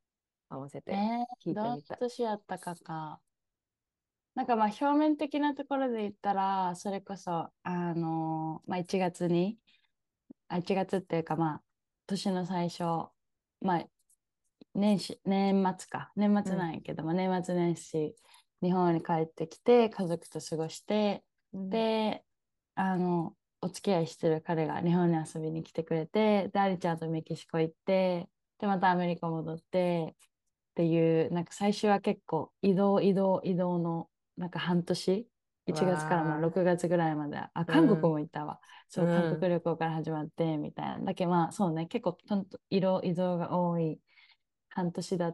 合わせえて聞ー、どんないてみたい。 年やったかか。なんかまあ表面的なところで言ったら、それこそ、あのーまあいちがつに、あ、いちがつっていうかまあ、年の最初、まあ年始、年末か。年末なんやけども、年末年始、日本に帰ってきて、家族と過ごして、 うん。 で、あの、お付き合いしてる彼が日本に遊びに来てくれて、で、アリちゃんとメキシコ行って、で、またアメリカ戻って、っていう、なんか最初は結構移動、移動、移動の、なんか半年、いちがつからまあわろくがつぐらいまで、あ、 ー。 韓国うん。 も行ったわ。 うそう、韓ん。 国旅行から始まって、みたいな。だけどまあ、そうね、結構とんと移動、移動が多い半年だって、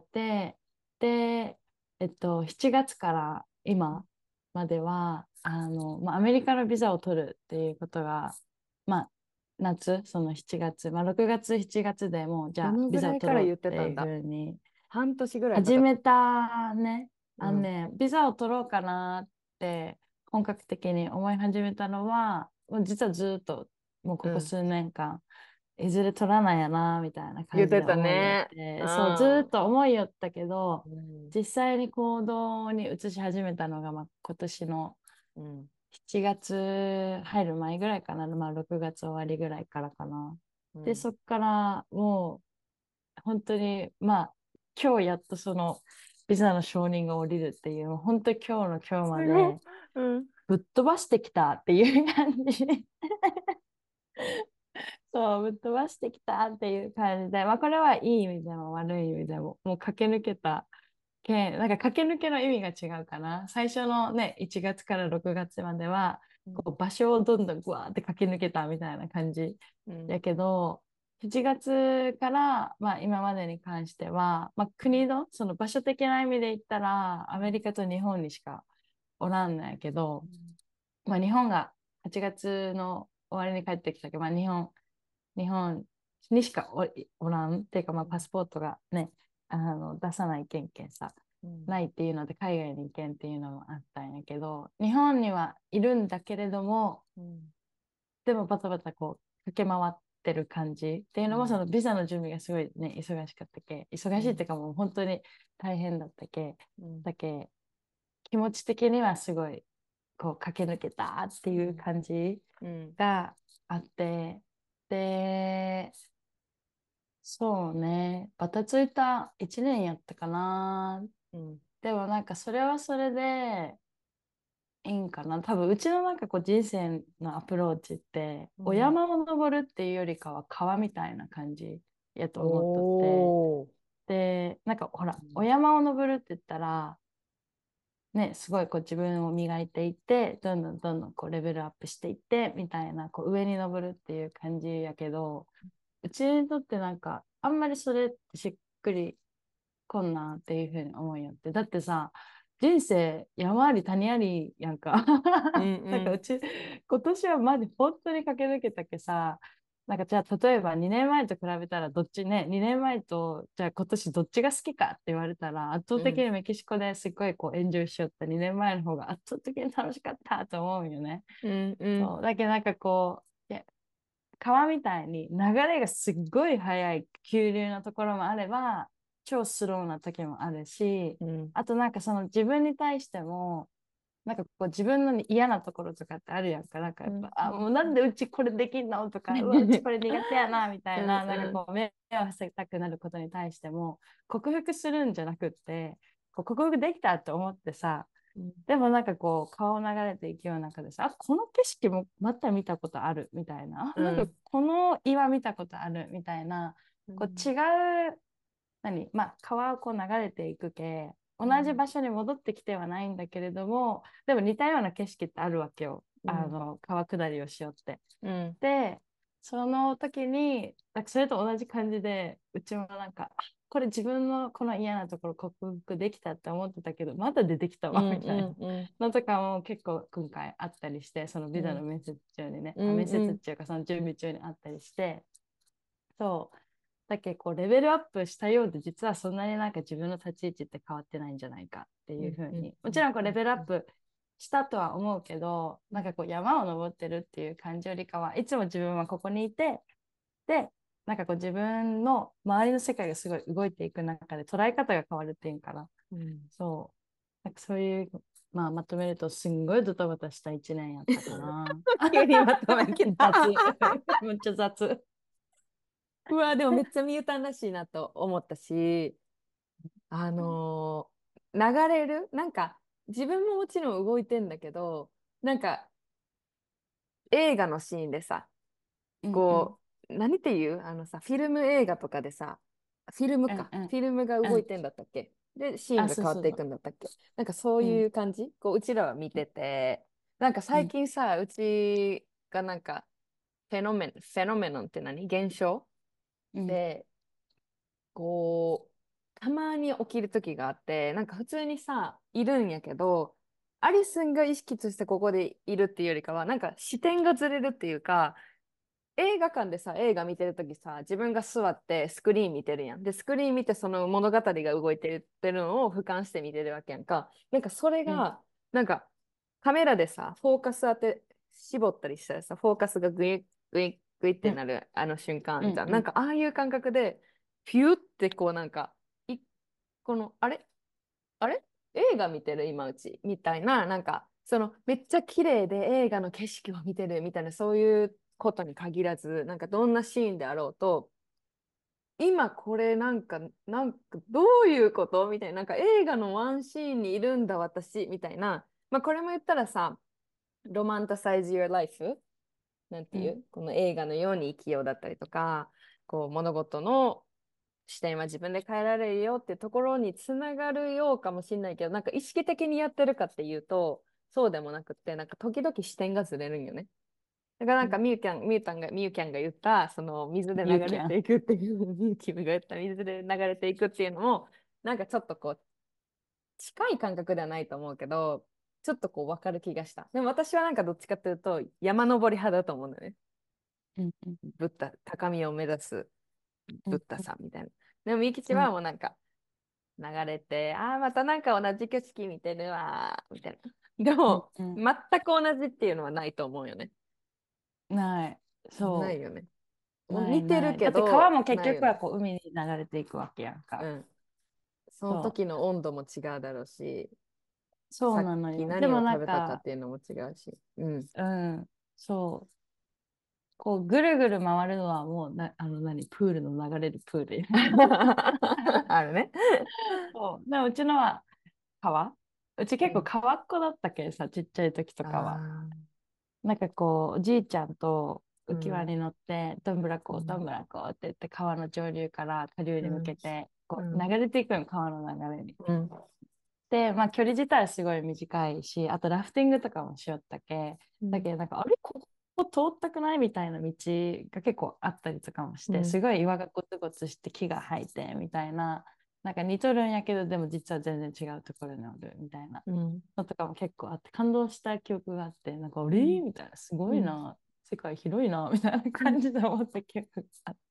で、えっと、しちがつから今までは、あの、まあ、アメリカのビザを取るっていうことが、まあ、夏、そのしちがつ、まあ、ろくがつ、しちがつでもう、じゃあ、 どのぐビザを取らいから言っろうっていうふてたんだ？ うに、 半年ぐらいかかっ始めたね。 た。うん。 あのね、ビザを取ろうかなって本格的に思い始めたのは、もう実はずっともううん。 ここ数年間、いずれ取らないやな、みたいな感じ言ってたで思いよっね。うて、そう、ずっん。 と思いよったけど、 うん。 実際に行動に移し始めたのが、まあ、今年のうん。 しちがつ入る前ぐらいかな、まあ、ろくがつ終わりぐらいからかな。で、 うん。 そっからもう本当に、まあ、今日やっとそのビザの承認が下りるっていう、もう本当に今日の今日すまごい。 でうん。 ぶっ飛ばしてきたっていう感じ。そう、ぶっ飛ばしてきたっていう感じで、まあこれはいい意味でも悪い意味でも、もう駆け抜けたけ、なんか駆け抜けの意味が違うかな。最初のね、いちがつからろくがつまでは、 うん。 こう場所をどんどんぐわーって駆け抜けたみたいな感じうん。 やけど、しちがつから、まあ、今までに関しては、まあ、国のその場所的な意味で言ったら、アメリカと日本にしかおらんのやけど、まあ、日本がはちがつの終わりに帰ってきたけど、まあ、日本、日本にしかお、おらんっていうか、まあ、パスポートがね、あの出さないけんけんさ、 うん。 ないっていうので海外に行けんっていうのもあったんやけど、日本にはいるんだけれども、 うん。 でもバタバタこう駆け回ってる感じっていうのも、そうん。 のビザの準備がすごいね、忙しかったけ、忙しいっていうかもう本当に大変だったけ、 うん。 だけ、気持ち的にはすごいこう駆け抜けたっていううん。 感じうん。 があって、で、そうね、バタついたいちねんやったかな。 うん。 でもなんかそれはそれで、いいんかな。多分うちのなんかこう人生のアプローチっておうん。 山を登るっていうよりかは川みたいな感じやと思っとって、 おー。 でなんかほらおうん。 山を登るって言ったらね、すごいこう自分を磨いていってどんどんどんどんこうレベルアップしていってみたいなこう上に登るっていう感じやけど、うちにとってなんかあんまりそれってしっくりこんなっていうふうに思いよって。だってさ、人生山あり谷ありやんか。 うん。うん。 なんかうち、今年はマジ本当に駆け抜けたけさ、なんかじゃあ例えばにねんまえと比べたらどっちね、にねんまえとじゃあ今年どっちが好きかって言われたら圧倒的うん。 にメキシコですっごいこうエンジョイしよったにねんまえの方が圧倒的に楽しかったと思うよね。 うん。うん。 そう。だけどなんかこう、いや川みたいに流れがすっごい速い急流のところもあれば、超スローな時もあるし、 うん。 あとなんかその自分に対しても、なんかこう自分の嫌なところとかってあるやんか。なんかやっぱ、 うん。 あ、もうなんうでうちこれできんのとか、うわ、うちん。 これ苦手やな、みたいな、なんかうん。 こう目を伏せたくなることに対しても、克服するんじゃなくって、こう克服できたと思ってさ、 うん。 でもなんかこう、顔流れていくような中でさ、あ、この景色もまた見たことあるみたいな、あ、なんかうん。 この岩見たことあるみたいな、こう違う、何、まあ、川をこう流れていくけ、同じ場所に戻ってきてはないんだけれども、でも似たような景色ってあるわけよ。 うん。 あの、川下りをしよって。 うん。 で、その時に、なんかそれと同じ感じで、うちもなんか、あ、これ自分のこの嫌なところ克服できたって思ってたけど、まだ出てきたわ、 うん。 みたいなうん。 のとかも結構今回あったりして、そのビザの面接中にね、あ、 うん。 面接うん。 っていうかその準備中にあったりして、そう。だけどこうレベルアップしたようで、実はそんなになんか自分の立ち位置って変わってないんじゃないかってうん。 いうふううん。 に。もうん。 ちろんこうレベルアップしたとは思うけど、 うん。 なんかこう山を登ってるっていう感じよりかは、いつも自分はここにいて、で、 なんかこう自分の周りの世界がすごい動いていく中で捉え方が変わるっていうかな。 うん、 そう。なんかそういう、まあ、まとめるとすんごいドタバタした一年やったかな。 急にまとめきた。 雑。めっちゃ雑。 うわ、でもめっちゃみゆたんらしいなと思ったし、あのー流れるなんか自分ももちろん動いてんだけど、なんか映画のシーンでさ、 うんうん。 こう、何っていうあのさ、フィルム映画とかでさ、フィルムか。 うんうん。 フィルムがうん。 動いてんだったっけで、シーンあ、 が変わっていそうそうそう。 くんだったっけ。なんかそううん。 いう感じこう、うちらは見てて、なんか最うん。 近さ、うちがなんか、フェノメン、フェノメノンって何現象うん。 で、こう、たまに起きる時があって、なんか普通にさ、いるんやけど、アリスンが意識としてここでいるっていうよりかは、なんか視点がずれるっていうか、映画館でさ、映画見てるときさ、自分が座ってスクリーン見てるやん。で、スクリーン見てその物語が動いてるってるのを俯瞰して見てるわけやんか。なんかそれうん。 が、なんかカメラでさ、フォーカス当て、絞ったりしたらさ、フォーカスがグイッグイッグイっうん。 てなるあの瞬間あうん。 んじゃん。 うん。 なんかああいう感覚で、ピューってこうなんか、い、この、あれあれ映画見てる今うちみたいな、なんか、そのめっちゃ綺麗で映画の景色を見てるみたいな、そういうことに限らず、なんかどんなシーンであろうと、今これなんか、なんかどういうことみたいな、なんか映画のワンシーンにいるんだ私みたいな、まあこれも言ったらさ、ロマンタサイズ・ユア・ライフなんてうん。 いうこの映画のように生きようだったりとか、こう物事の視点は自分で変えられるよっていうところにつながるようかもしれないけど、なんか意識的にやってるかっていうと、そうでもなくって、なんか時々視点がずれるんよね。だからなんかミューキャン、ミュータンが、ミューキャンが言った、その水で流れゆうきゃん。 ていくっていう、ミューキャンが言った水で流れていくっていうのも、なんかちょっとこう、近い感覚ではないと思うけど、ちょっとこう分かる気がした。でも私はなんかどっちかっていうと、山登り派だと思うんだよね。 うん。うん。 ブッダ、高みを目指すうん。 ブッダさんみたいな。でも、みきちうん。 はもうなんか、流れて、ああ、またなんか同じ景色見てるわ、みたいな。でうん。 も、 うん。 全く同じっていうのはないと思うよね。 ない。そないよね。 う。ない似てるない。だけって川ど、 も結局はないよね。 こう海に流れていくわけやんか。 うん。そのそ時の温度も違うだろうし、 う。そうさっなのよ。でき何をもな食べたかっんか、 ていうのも違うし。うん。 うん。そう。こうぐるぐる回るのはもうな、あの何、プールの流れるプール。 あるね。 そう。でもうちのは川うち結構うん。 川っ子だったけどさ、ちっちゃい時とあかは。 あ。 なんかこう、おじいちゃんと浮き輪うん。 に乗って、どんぶらこ、どんうん。 ぶらこって言って川の上流から下流に向うん。 けて、こう流うん。 れていくの、川の流れに。 うん。 で、まあ距離自体はすごい短いし、あとラフティングとかもしよったけ、 うん。 だけどなんか、あれ、ここ通ったくないみたいな道が結構あったりとかもして、 うん。 すごい岩がゴツゴツして木が生えてみたいな、なんか似とるんやけど、でも実は全然違うところにおるみたいなうん。 のとかも結構あって、感動した記憶があって、なんか、あれうん。 みたいな、すごうん。 いな、世界広いな、みたいなうん。 感じで思った記憶があって。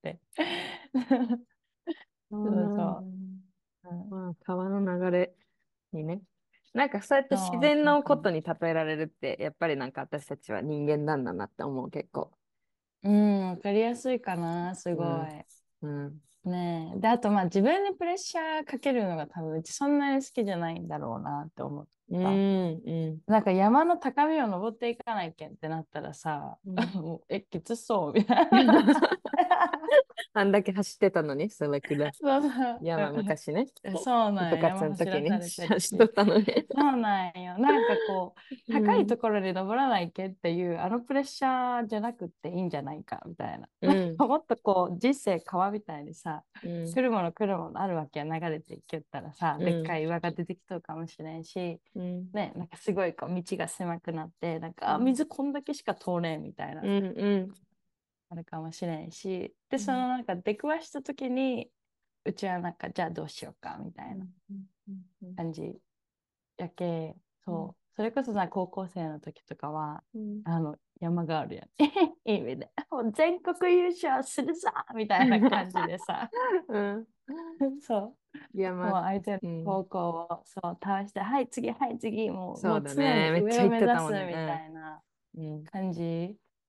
そうそうなんだ。 そう。うん、 まあ、川の流れにね。なんかそうやって自そう然のこそうそう。 とに例えられるって、やっぱりなんか私たちは人間なんだなって思う、結構。 うん、わかりやすいかな、すごうん。 い。 うん。 ねえ。で、あと、まあ、自分にプレッシャーかけるのが多分、うちそんなに好きじゃないんだろうなって思っうた。 ん。うん。 なんか山の高みを登っていかないけんってなったらさ、 うん。 もうえ、きつそうみたいな。 あんだけ走ってたのに、そのくらい。 そうそう。 山昔ね。 うん、そうなんよ。 部活山の時に走らされてる走っとし。 ったのに。 そうなんよ。なんかこう、 うん。 高いところに登らないけっていう、あのプレッシャーじゃなくていいんじゃないかみたいな。 うん。 なんかもっとこう、人生川みたいにさ、 うん。 来るもの来るものあるわけや、流れていけたらさ、 うん。 でっかい岩が出てきそうかもしれんし、 うん。 ね、なんかすごいこう道が狭くなって、なんか、あ、 うん。 水こんだけしか通れんみたいな、 うん。うん。 あるかもしれんし、で、 うん。 そのなんか出くわした時に、うちはなんか、じゃあどうしようかみたいなうん。うん。うん。 感じやけ、 うん。 そう、それこそな、高校生の時とかは、 うん。 あの、山があるやん。いい意味で、もう全国優勝するぞみたいな感じでさ、 うん。 そう、もう山、 相手のうん。 高校をそう倒して、はい、次、はい、次、もう、 そもう常うだね。 に上をめっちゃ言って目指すたもんね。 みたいなうん。うん。 感じ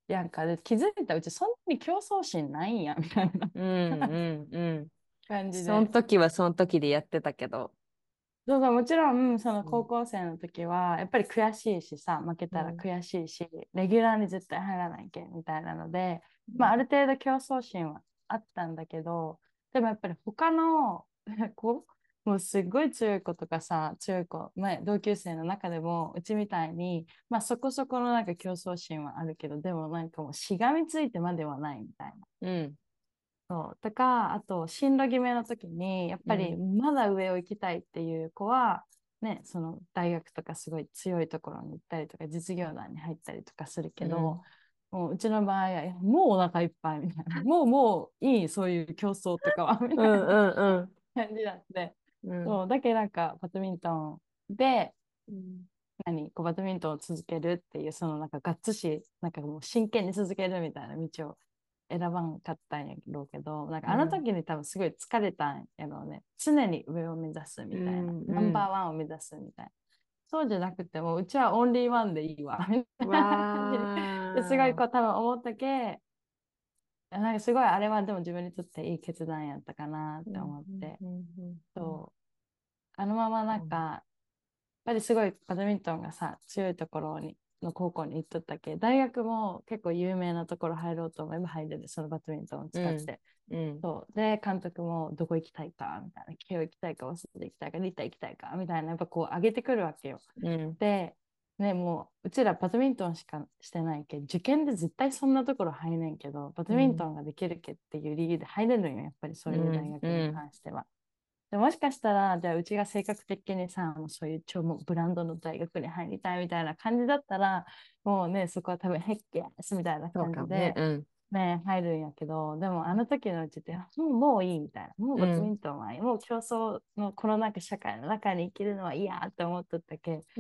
やんかで気づいたらうちそんなに競争心ないんやみたいなうんうんうん。その感じで。 時はその時でやってたけど。 そうそう、もちろんそのうん。 高校生の時はやっぱり悔しいしさ、負けたらうん。 悔しいし、レギュラーに絶対入らないけんみたいなので、まあ、ある程度競争心はあったんだけど、でもやっぱり他の子、もうすっごい強い子とかさ、強い子、まあ、同級生の中でもうちみたいに、まあ、そこそこのなんか競争心はあるけど、でもなんかもうしがみついてまではないみたいな。 うん。 そうとか、あと進路決めの時にやっぱりうん。 まだ上を行きたいっていう子は、ね、その大学とかすごい強いところに行ったりとか実業団に入ったりとかするけど、 うん。 もううちの場合はもうお腹いっぱいみたいな、もうもういいそういう競争とかはみたいなうんうん感じだって、 うん。うん。 そうだけどなんかバドミントンでうん。 何こうバドミントンを続けるっていうそのなんかがっつしなんかもう真剣に続けるみたいな道を選ばんかったんやろうけど、なんかあのうん。 時に多分すごい疲れたんやろうね。常に上を目指すうみたいな、 ん。 ナンバーうん。 ワンを目指すみたいな。そうじゃなくてもううちはオンリーワンでいいわみたいわな感じですごいー。 こう多分思ったけ、なんかすごいあれはでも自分にとっていい決断やったかなってうん思って、 うんうんうんそうあのままなんかうん。 やっぱりすごいバドミントンがさ強いところにの高校に行っとったけ、大学も結構有名なところ入ろうと思えば入れる、そのバドミントンをうん。 使って。 うん。 そうで監督もどこ行きたいかみたいな、慶応行きたいか早稲田行きたいかリッター行きたいかみたいなやっぱこう上げてくるわけよ。 うん。 で、ね、もううちらバドミントンしかしてないけど受験で絶対そんなところ入れんけどバドミントンができるけっていう理由で入れるんよ、やっぱりそういう大学に関しては。でもしかしたらじゃあうちが性格的にさもうそういう超もうブランドの大学に入りたいみたいな感じだったらもうねそこは多分ヘッケースみたいなそうかもね。 感じでうん。 ね、入るんやけど、でもあの時のうちって、もう、もういいみたいな。もうバドミうん。 ントンはいい。もう競争のこのなんか社会の中に生きるのは嫌って思っとったけ、 うん。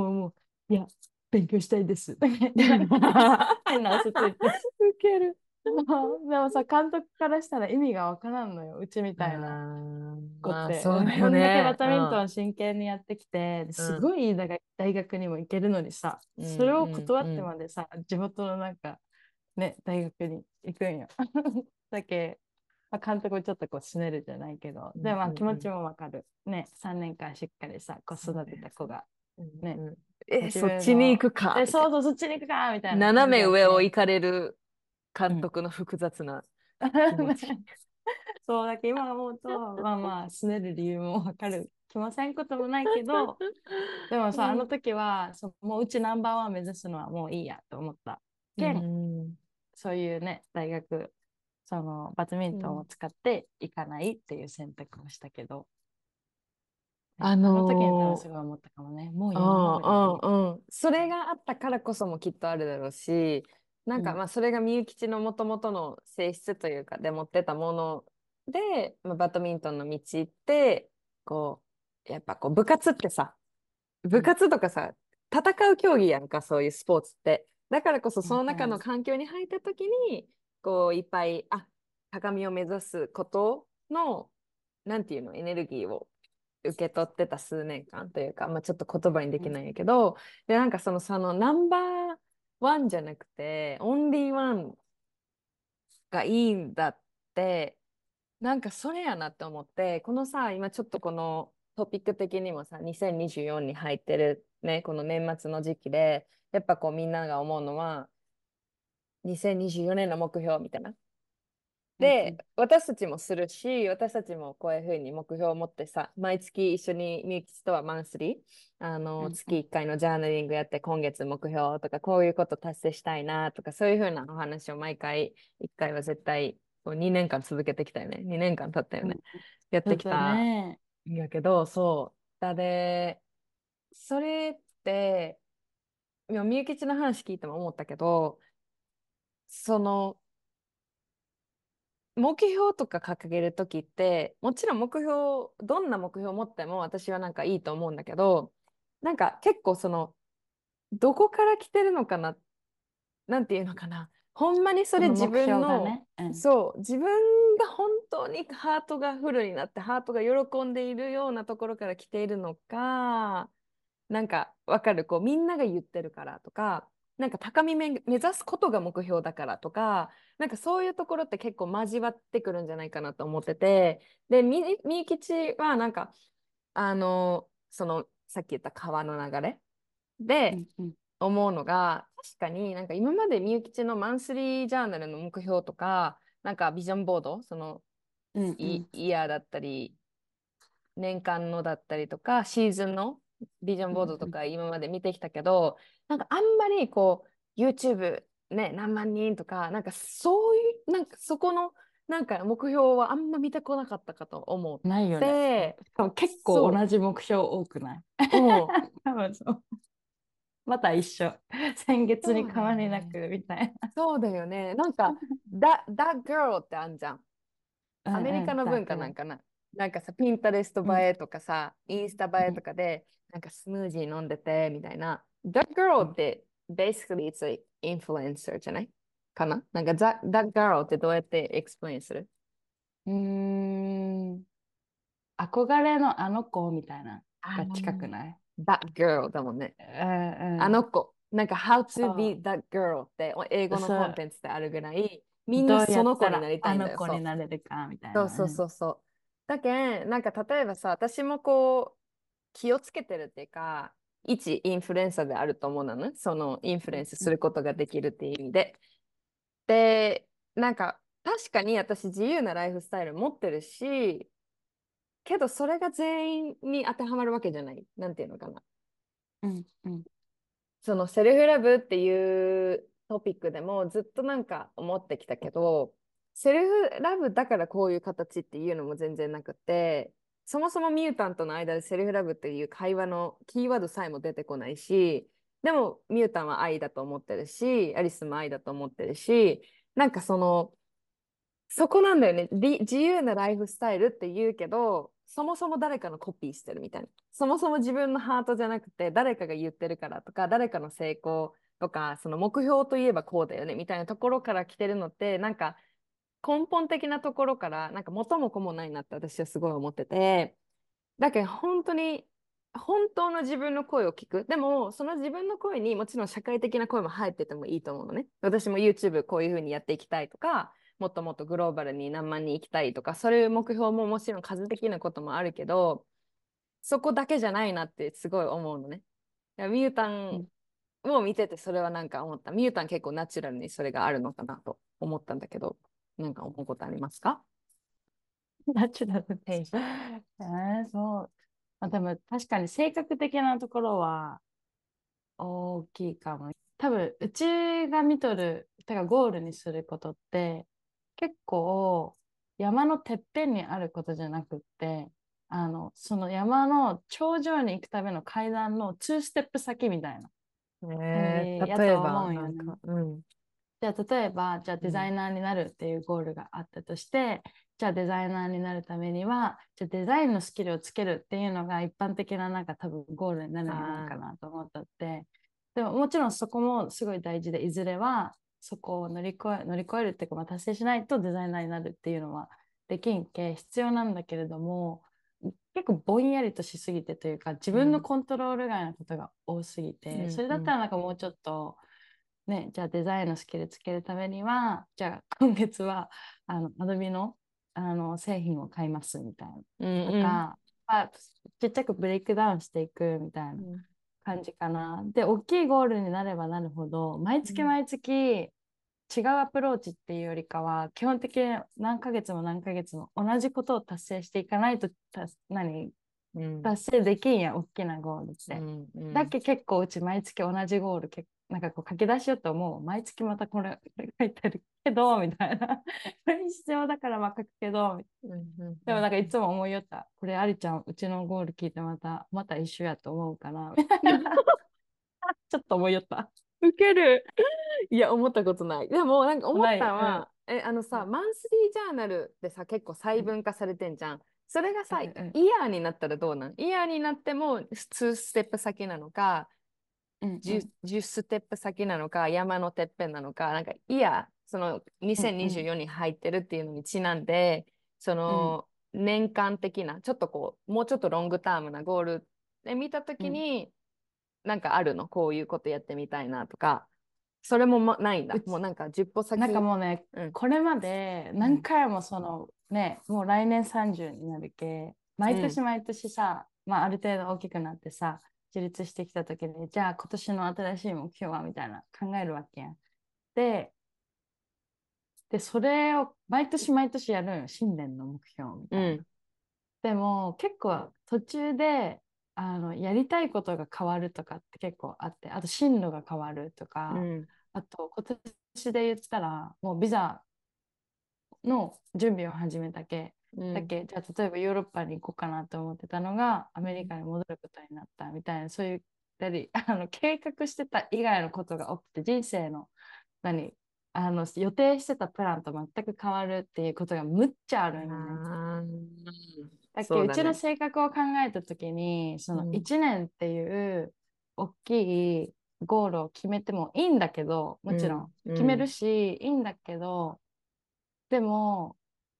もう、もう、いや、勉強したいです。で、なんか、変な嘘ついて。 ウケる。 でもさ、監督からしたら意味がわからんのよ。うちみあたいなーまあ、 子って。 そうだよこんだけバね。 ドミントうん。 ン真剣にやってきて、 うん。 すごいいい大学大学にも行けるのにさ、 うん。 それをうん。 断ってうん。 までさ、地元のなんか、ね、大学に行くんよ。だけ、まあ、監督をちょっとこうすねるじゃないけど、 うん。 でもまうん。うん。 あ気持ちもわかる。ね、さんねんかんしっかりさ、子育てそうだよね。 た子が、 うんね、 うん。え、 自そっちに行分の、 くかえ、 みたいな。 そうそう、そっちに行くかみたいな感じ斜めだけん。 上を行かれるうん。 監督の複雑な気持ち。 そうだけど今思うと、まあまあ、すねる理由もわかる気もせんこともないけど、でもさ、あのうん。 時は、そもううちナンバーワン目指すのはもういいやと思った。 うけん、 ん。 そういうね、大学、そのバドミントンをうん。 使っていかないっていう選択をしたけど、ね、 ああの時に多分すのごい思ったかもね。もうー、 やめようよっていう。 うんうんうん。それがあったからこそもきっとあるだろうし、なんうん。 かまあそれがみゆきちのもともとの性質というかで持ってたもので、まあ、バドミントンの道行って、こう、やっぱこう部活ってさ、部うん。 活とかさ、戦う競技やんか、そういうスポーツって。だからこそその中のうん。 環境に入った時に、こういっぱい、あ、高みを目指すことの、なんていうの、エネルギーを受け取ってた数年間というか、まあ、ちょっと言葉にでうん。 きないんやけど、で、なんかその、そのナンバーワンじゃなくて、オンリーワンがいいんだって、なんかそれやなって思って、このさ、今ちょっとこのトピック的にもさ、にせんにじゅうよんにじゅうよんに入ってるね、この年末の時期で、やっぱこうみんなが思うのは、にせんにじゅうよねんの目標みたいな。で、 うん。 私たちもするし、私たちもこういうふうに目標を持ってさ、毎月一緒にみゆきちとはマンスリー、あの、 うん。 月いっかいのジャーナリングやって、今月目標とか、こういうこと達成したいなとか、そういうふうなお話を毎回、いっかいは絶対、こうにねんかん続けてきたよね。にねんかん経ったようん。 ね。やってきそうだたね。 んやけど、そう。だで、それって、いやみゆきちの話聞いても思ったけど、その、目標とか掲げるときって、もちろん目標、どんな目標を持っても私はなんかいいと思うんだけど、なんか結構その、どこから来てるのかな、なんていうのかな。ほんまにそれ自その目分の、 標がね。うん。 そう、自分が本当にハートがフルになって、ハートが喜んでいるようなところから来ているのか、なんかわかる、こうみんなが言ってるからとか、 なんか高み目目指すことが目標だからとか、なんかそういうところって結構交わってくるんじゃないかなと思ってて、で、み、みゆきちはなんか、あの、その、さっき言った川の流れでうんうん思うのが、確かになんか今までみゆきちのマンスリージャーナルの目標とか、なんかビジョンボード、そのイ、 うんうんイヤーだったり、年間のだったりとか、シーズンのビジョンボードとうんうんか今まで見てきたけど、なんかあんまりこう、YouTube ね、何万人とか、なんかそういう、なんかそこの、なんか目標はあんま見てこなかったかと思っないよね。 て、 しかも結構そ同じ目標多くない？ う、うん、 多分そう。また一緒。先月にそうだ変わりなよね。 くみたいな。 そうだよね。なんか、that, that girl ってあんじゃん。 うんアメリうん。 カの文化だから、 なんかな。なんかさ、ピンタレストうん、 映えとかさ、インスタ映えとかで、なんかスムージー飲んでて、みたいな。That う girl っん、 て、basically it's a influencer じゃないかな。なんか、that, that girl ってどうやって explain する？ うん。うーん。憧れのあの子みたいなあが近くーない？ that girl だもんね。 うんうん。 あの子。なんか、how to そ be that girl って英語う。 のそう。 コンテンツであるぐらい、みんなどうやその子ったらになりたいんだよ。 あの子にそう。 なれるかみたいな。 そうそううん。 そうそう。だけん、なんか例えばさ、私もこう、気をつけてるっていうか、一インフルエンサーであると思うのね。そのインフルエンスすることができるっていう意味で。で、なんか確かに私自由なライフスタイル持ってるし、けどそれが全員に当てはまるわけじゃない。なんていうのかな。 うんうんそのセルフラブっていうトピックでもずっとなんか思ってきたけど、セルフラブだからこういう形っていうのも全然なくて、そもそもミュータントの間でセルフラブっていう会話のキーワードさえも出てこないし、でもミュータンは愛だと思ってるし、アリスも愛だと思ってるし、なんかそのそこなんだよね。り自由なライフスタイルって言うけど、そもそも誰かのコピーしてるみたいな。そもそも自分のハートじゃなくて、誰かが言ってるからとか、誰かの成功とか、その目標といえばこうだよねみたいなところから来てるのって、なんか根本的なところから、なんか元も子もないなって私はすごい思ってて、だけど本当に、本当の自分の声を聞く。でも、その自分の声にもちろん社会的な声も入っててもいいと思うのね。私も YouTube こういうふうにやっていきたいとか、もっともっとグローバルに何万人行きたいとか、そういう目標ももちろん数的なこともあるけど、そこだけじゃないなってすごい思うのね。いやミュータンうん。 を見ててそれはなんか思った。ミュータン結構ナチュラルにそれがあるのかなと思ったんだけど、なんか思うことありますか？ ナチュラルです。 テンション。 えー、そう。まあ、でも確かに性格的なところは大きいかも。多分、うちが見とる、てかゴールにすることって、結構山のてっぺんにあることじゃなくって、あの、その山の頂上に行くための階段のにステップ先みたいな感じえー、 やと例えば、 思うんよね。 なんか、うん。 じゃあ例えば、じゃあデザイうん。 ナーになるっていうゴールがあったとして、じゃあデザイナーになるためには、じゃあデザインのスキルをつけるっていうのが一般的ななんか多分ゴールになるんじゃないかあなと思ったって、でももちろんそこもすごい大事で、いずれはそこを乗り越え、乗り越えるっていうか、まあ、達成しないとデザイナーになるっていうのはできんけ必要なんだけれども、結構ぼんやりとしすぎてというか、自ー、うん。 分のコントロール外のことが多すぎて、そうん。 れだったうん。 らなんかもうちょっと、ね、じゃあデザインのスキルつけるためには、じゃあ今月はあの Adobe の、あの製品を買いますみたいな。 うん。 とか、まあ、ちっちゃくブレイクダウンしていくみたいなうん。 感じかな。で、大きいゴールになればなるほど、毎うん。 月毎月違うアプローチっていうよりかは、基本的に何ヶ月も何ヶ月も同じことを達成していかないと、た何、 うん。 達成できんや、大きなゴールって。 うん。うん。 だっけ結構うち毎月同じゴールけなんかこう書き出しようと思う。毎月またこれこれ書いてるけどみたいな。これ必要だからまあ書くけど。 うん。うん。 でもなんかいつも思いよった。これありちゃんうちのゴール聞いてまたまた一緒やと思うかな。ちょっと思いよった。 ウケる。いや、思ったことない。でも、なんか思っない。うん。 たのは、え、あのさ、マンスリージャーナルでさ、結構細分化されてんじゃん。それがさ、イうんうんヤーになったらどうなん？イヤーになってもにステップ先なのか、10、 うんうんじゅうステップ先なのか、山のてっぺんなのか、なんかイヤー、そのうんうんにせんにじゅうよに入ってるっていうのにちなんで、そうんの年間的な、ちょっとこう、もうちょっとロングタームなゴールで見たとうん。 きに、なんかあるのこういうことやってみたいなとか。 それも、ま、ないんだ。 うちもうなんかじゅっぽ先。 なんかもうね、 うん。 これまで何回もそのね、もう来年さんじゅうになるけ、 うん。 毎年毎年さ、まあ、ある程度大きくなってさ、自立してきた時に、じゃあ今年の新しい目標はみたいな考えるわけやん。で、で、それを毎年毎年やるんよ、新年の目標みたいな。 うん。 でも結構途中であのやりたいことが変わるとかって結構あって、あと進路が変わるとか、 うん。 あと今年で言ったらもうビザの準備を始めたけ、 うん。 だけじゃあ例えばヨーロッパに行こうかなと思ってたのがアうん。 メリカに戻ることになったみたいな、そういうたりあの計画してた以外のことが起きて、人生の何あの予定してたプランと全く変わるっていうことがむっちゃあるんよね。 ああ、 だっけうちのそうだね。 性格を考えた時に、そのうん。 いちねんっていう大きいゴールを決めてもいいんだけど、もちろんうん。う決めるん。 しいいんだけど、でも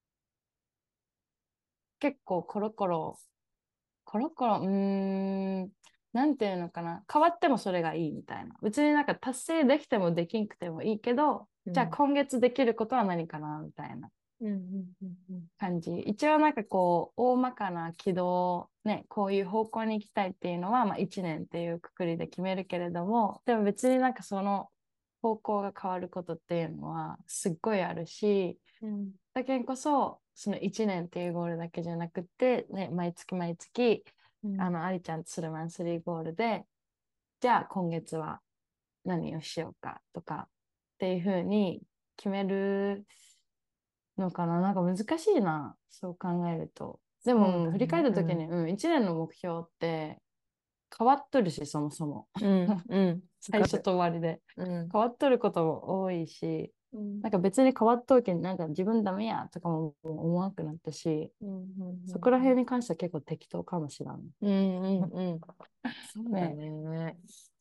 結構コロコロコロコロ、うーん、なんていうのかな、変わってもそれがいいみたいな。別になんか達成できてもできんくてもいいけど、じゃあうん。 今月できることは何かなみたいなうん。うん。うん。 感じ。一応なんかこう、大まかな軌道、ね、こういう方向に行きたいっていうのは、まあいちねんっていうくくりで決めるけれども、でも別になんかその方向が変わることっていうのはすっごいあるし、 うん。 だけんこそ、そのいちねんっていうゴールだけじゃなくて、ね、毎月毎月、 うん。 あの、ありちゃんとするマンスリーゴールで、じゃあ今月は何をしようかとかっていうふうに決めるのかな。なんか難しいな、そう考えると。でも、振り返そうだね。 った時に、 うん。 うん、いちねんの目標って変わっとるし、そもそも。 うん。うん。わかる。 最初と終わりで。 うん。 変わっとることも多いし、 うん。 なんか別に変わっとるけん、なんか自分ダメやとかも思わなくなったし、 うん。うん。 そこら辺に関しては結構適当かもしれん。 うん。うん。うん。そうだね。 ね。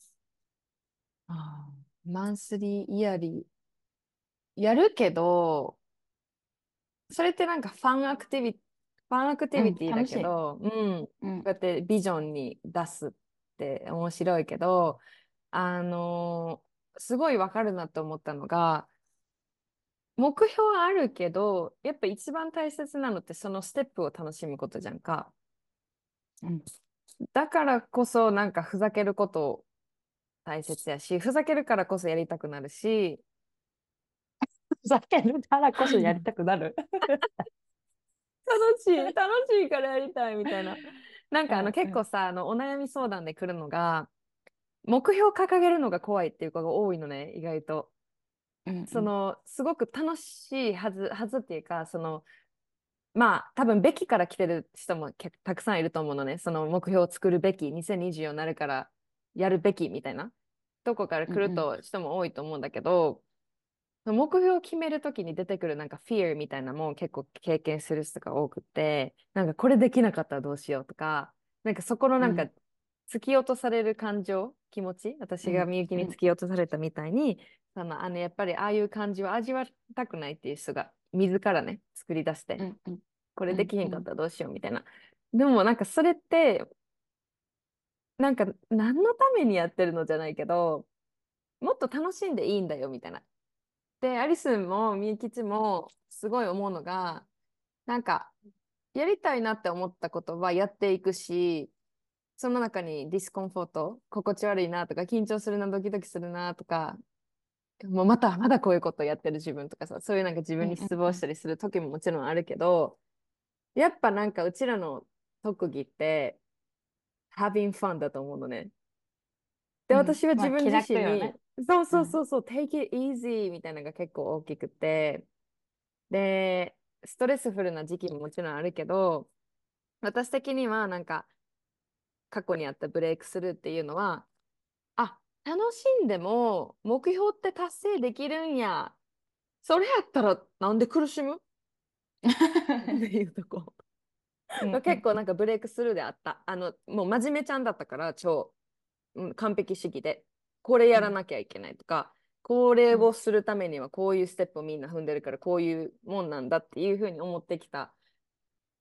ああ、マンスリーイヤリー。やるけど、それってなんかファンアクティビ、ファンアクティうん、 ビティだ楽しい。 けど、うん、こうん、 うやってビジョンに出すって面白いけど、あのーすごいわかるなと思ったのが、目標はあるけど、やっぱ一番大切なのってそのステップを楽しむことじゃんか。 うん。 だからこそなんかふざけること大切やし、ふざけるからこそやりたくなるし、 ふざけるからこそやりたくなる。 楽しい、楽しいからやりたいみたいな。なんかあのうん、うん、 結構さ、あのお悩み相談で来るのが、目標掲げるのが怖いっていう子が多いのね、意外と。 うん、うん、 その、すごく楽しいはず、はずっていうか、その、まあ、多分、べきから来てる人もけたくさんいると思うのね。その目標を作るべき、にせんにじゅうよんになるからやるべきみたいな、どこからうん、 来ると人も多いと思うんだけど、目標を決めるときに出てくるなんか fear みたいなのも結構経験する人が多くて、なんかこれできなかったらどうしようとか、なんかそこのなんかうん、 突き落とされる感情、気持ち、私がうん、 みゆきに突うん、 き落とされたみたいに、そのあのやっぱりああいう感じを味わいたくないっていう人が自らね、作り出して、 うん、うん、 これうん、 できへんかっうん、 たらどうしようみたいな。でもなんかそれって、なんか何のためにやってるのじゃないけど、もっと楽しんでいいんだよみたいな。で、アリスもみゆきちもすごい思うのが、なんか、やりたいなって思ったことはやっていくし、その中にディスコンフォート、心地悪いなとか、緊張するな、ドキドキするなとか、もうまた、まだこういうことやってる自分とかさ、そういうなんか自うん、 分に失うん、 望したりする時ももちろんあるけど、やっぱなんかうちらの特技って、having fun だと思うのね。で、 うん。 私はまあ、 自分自気楽身に、 よね。 そううん、 そうそうそう、take it easy みたいなのが結構大きくて、で、ストレスフルな時期ももちろんあるけど、私的にはなんか過去にあったブレイクスルーっていうのは、あ、楽しんでも目標って達成できるんや。それやったらなんで苦しむっていうとこうん、 がうん、 結構なんかブレイクスルーであった。あの、もう真面目ちゃんだったから超、うん、完璧主義で、これやらうん、 なきゃいけないとか、これうん、 をするためにはこういうステップをみんな踏んでるからこういうもんなんだっていうふうに思ってきた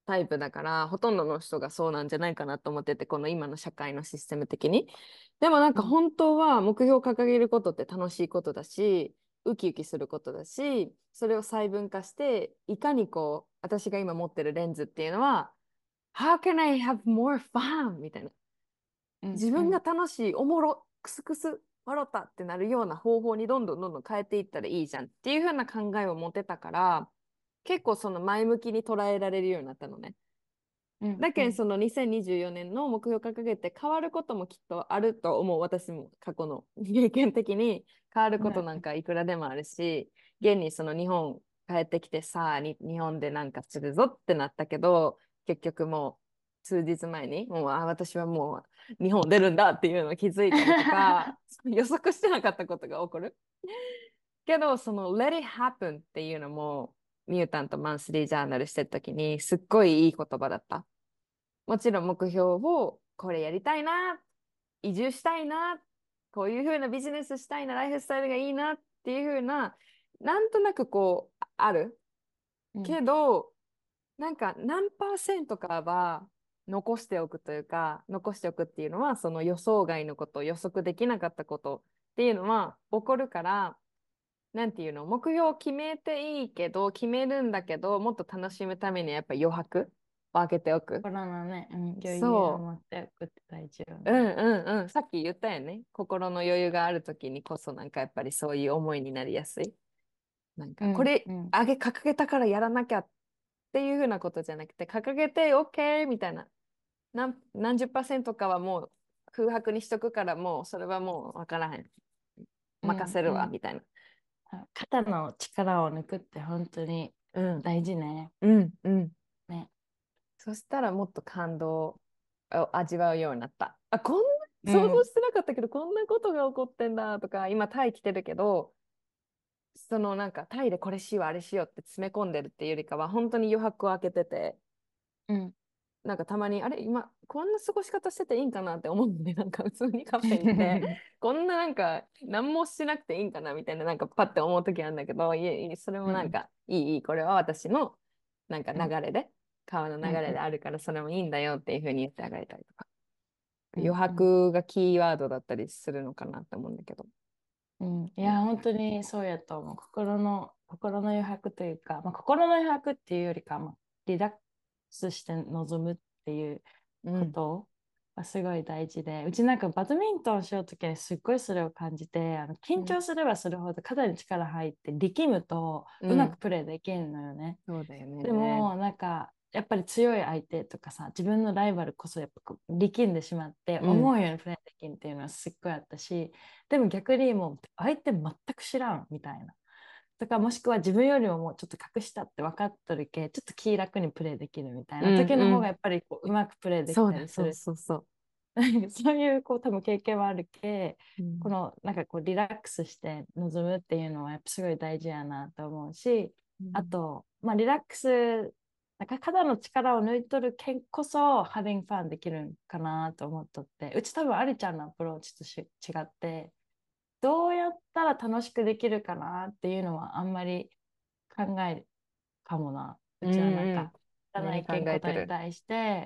タイプだから、ほとんどの人がそうなんじゃないかなと思ってて、この今の社会のシステム的に。でもなんかうん本当は目標を掲げることって楽しいことだし、ウキウキすることだし、それを細分化して、いかにこう、私が今持ってるレンズっていうのは、How can I have more fun? みたいな。自分がうんうん楽しい、おもろ、クスクス、笑ったってなるような方法にどんどんどんどん変えていったらいいじゃんっていう風な考えを持てたから、結構その前向きに捉えられるようになったのね。 うんうん。 だけどそのにせんにじゅうよねんの目標を掲げて変わることもきっとあると思う。私も過去の経験的に変わることなんかいくらでもあるし、現にその日本帰ってきてさあに日本でなんかするぞってなったけど、結局もう数日前にもうあ私はもう日本出るんだっていうのを気づいたりとか、予測してなかったことが起こる。けどその Let it happen っていうのもミュータントマンスリージャーナルしてる時にすっごいいい言葉だった。もちろん目標をこれやりたいな、移住したいな、こういう風なビジネスしたいな、ライフスタイルがいいなっていう風な、なんとなくこう、ある。 うんけど、なんか何パーセントかは残しておくというか、残しておくっていうのは、その予想外のこと、予測できなかったことっていうのは起こるから、なんていうの、目標を決めていいけど、決めるんだけど、もっと楽しむためにはやっぱ余白を空けておく。 心のね、うん、余裕をそ持っておくって大事よう。うね。 んうんうん。さっき言ったよね。心の余裕があるときにこそなんかやっぱりそういう思いになりやすい。なんうかこれんうんあげ掲げたからやらなきゃっていうふうなことじゃなくて、掲げて OK みたいな。何、何十パーセントかはもう空白にしとくからもうそれはもうわからへん。 う任せるわんうん。 みたいな。 肩の力を抜くって本当にうん。 大事ね。 うんうん。 ね。 そしたらもっと感動を味わうようになった。あ、こんな、 うん。 想像してなかったけど、こんなことが起こってんだとか、今タイ来てるけど、そのなんかタイでこれしよう、あれしようって詰め込んでるっていうよりかは、本当に余白を空けてて、 うん。 なんかたまに、あれ、今、こんな過ごし方してていいんかなって思うので、なんか普通にカフェ行って、こんななんか何もしなくていいんかなみたいな、なんかパッて思う時あるんだけど、いえ、いえそれもなんうんか、いい、いい、これは私のなんか流うんれで、川の流れでうんうんあるから、それもいいんだよっていうふうに言ってあげたりとか。余うんうん白がキーワードだったりするのかなって思うんだけど。 うん。いうんや、本当にそうやと思う。心の、心の余白というか、まあ、心の余白っていうよりか、まあ、リラックスして臨むっていうこうんとはすごい大事で、うちなんかバドミントンしようときにすっごいそれを感じて、あの緊うん張すればするほど肩に力入って力むとうまくうんプレーできるのよね。 そうだよね。 でも、なんか、やっぱり強い相手とかさ、自分のライバルこそやっぱこう力んでしまって、 うん思うようにプレーできんっていうのはすっごいあったし、でも逆にもう相手全く知らんみたいな。とか、もしくは自分よりももうちょっと隠したって分かっとるけ、ちょっと気楽にプレーできるみたいうな時の方がんうん。 やっぱりこううまくプレーできそうだ、そうたりする。 そうそそういうこう多分経験はあるけ、 う。うんこのなんかこうリラックスして臨むっていうのはやっぱすごい大事やなと思うし、 うんあと、まあ、リラックス、なんか肩の力を抜いとるけこそ、ハビングファンできるんかなと思っとって、うち多分ありちゃんのアプローチとし違って、どうやったら楽しくできるかなっていうのはあんまり考えるかもな。ううんちはなんうん。 か、やらない何考けんこえてる？ とに対して、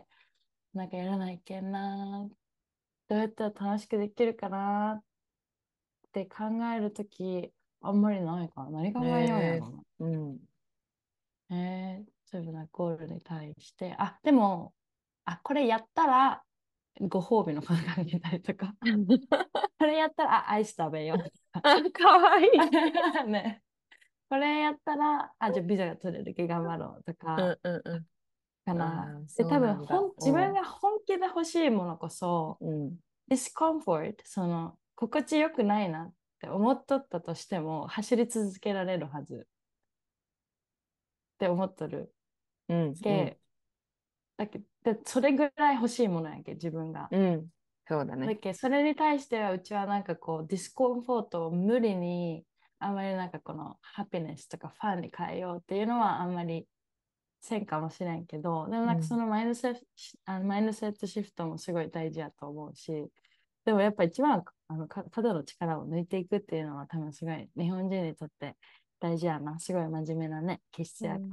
なんかやらないけんな、どうやったら楽しくできるかなって考えるとき、あんまりないかな。何考えようんやねえ。 ろうな。 うん。 えー、そういうなゴールに対して、あ、でも、あ、これやったら、ご褒美のこと考えたりとか、これやったら、あ、アイス食べようとか、 あ、かわいい。 ね、これやったら、あ、じゃあビザが取れるけ頑張ろうとか、 うんうんうん。 かな。 ああ、 で、 そう多分なんだ。 本、自うん。 分が本気で欲しいものこそ、 うん。 ディスコンフォート、その、心地よくないなって思っとったとしても、走り続けられるはずって思っとるうんうん。 け、だけで、それぐらい欲しいものやけ、自分が。 うん。そうだね。 だけ、それに対しては、うちはなんかこう、ディスコンフォートを無理に、あまりなんかこの、ハピネスとかファンに変えようっていうのはあんまりせんかもしれんけど、でもなんかそうん。 のマインドセット、あのマインドセットシフトもすごい大事やと思うし、でもやっぱ一番あのか肩の力を抜いていくっていうのは多分すごい日本人にとって大事やな。すごい真面目なね、気質うん。 やから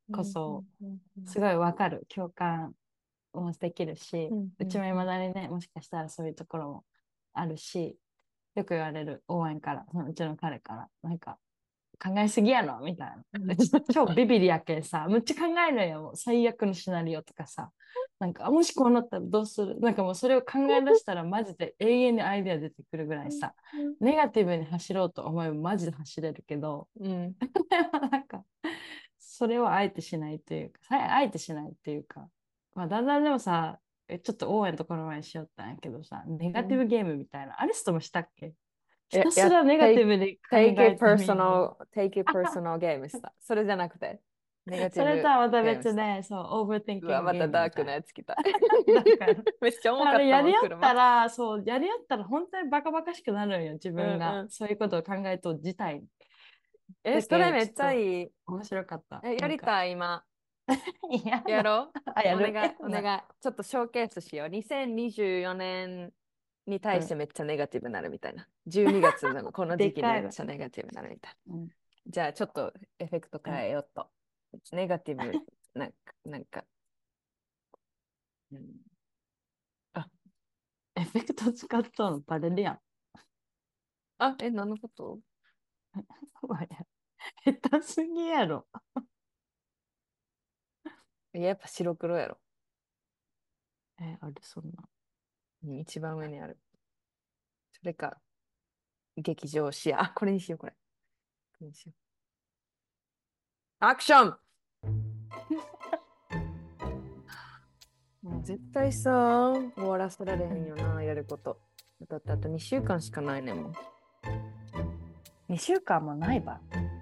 こそ、 うんうんうんすごいわかる、共感もできるし、 うんうんうちも未だにね、もしかしたらそういうところもあるし、よく言われる応援から、そのうちの彼から、なんか、考えすぎやろみたいな。うち超ビビりやけんさ、むっちゃ考えるんよ。もう最悪のシナリオとかさ。なんか、あもしこうなったらどうするなんかもうそれを考え出したらマジで永遠にアイデア出てくるぐらいさ、ネガティブに走ろうと思えばマジで走れるけど、 うん。 なんか、それをあえてしないというか、さあえてしないっていうか、まあ、だんだんでもさ、えちょっと応援とこの前しよったんやけどさ、ネガティブゲームみたいな、アリストもしたっけひや、や、 たすらネガティブに考 take, take え it てみる。 personal, take it personal ゲームした。それじゃなくて、ネガテそれとィブはまたゲームした。 別で、そう、オーバーティンうわ、 キングゲまたダークームみたいな。 なやつ来た。 だから、 めっちゃ重あかったもん、 れやり合った車。 ら、そう、やり合ったら本当にバカバカしくなるんよ、自うん分が。 うん。 そういうことを考えと自体。 え、 だけそれめっちゃちょっといい。 面白かった。 え、やなんか、 りたい、今。 いやだ。 やろあ、やうお願る。え、 い、お願い。ちょっとショーケースしよう。にせんにじゅうよねんに対してめっちゃネガティブになるみたいな。じゅうにがつのこの時期にめっちゃネガティブになるみたいな。 うん、 じゃあちょっとエフェクト変えようと。ネガティブ、なんか、なんか、うん、あ、 エフェクト使ったのバレるやん。 あ、え、何のこと？ 下手すぎやろ。 いや、やっぱ白黒やろ。 え、あれ、そんな。 うん一番上にある。それか、劇場視野。あ、これにしよう、これ。これにしよう。アクションもう絶対さ、終わらせられへんよな、やること。だってあとにしゅうかんしかないねんもん。 にしゅうかんもないば。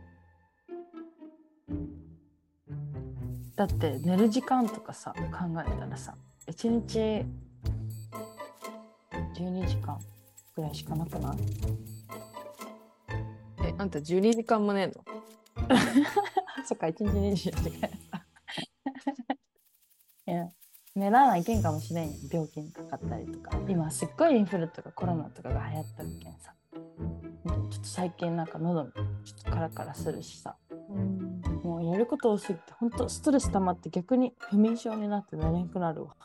だって寝る時間とかさ、考えたらさ、いちにちじゅうにじかんぐらいしかなくない？ え、あんたじゅうにじかんもねえの？ そっか、いちにちにじゅうよじかんやった。いや、寝らないけんかもしれんよ。病気にかかったりとか。今すっごいインフルとかコロナとかが流行ったけんさ。ちょっと最近なんか喉ちょっとカラカラするしさ。 うん、 もうやること多すぎて、ほんとストレス溜まって逆に不眠症になって寝れなくなるわ。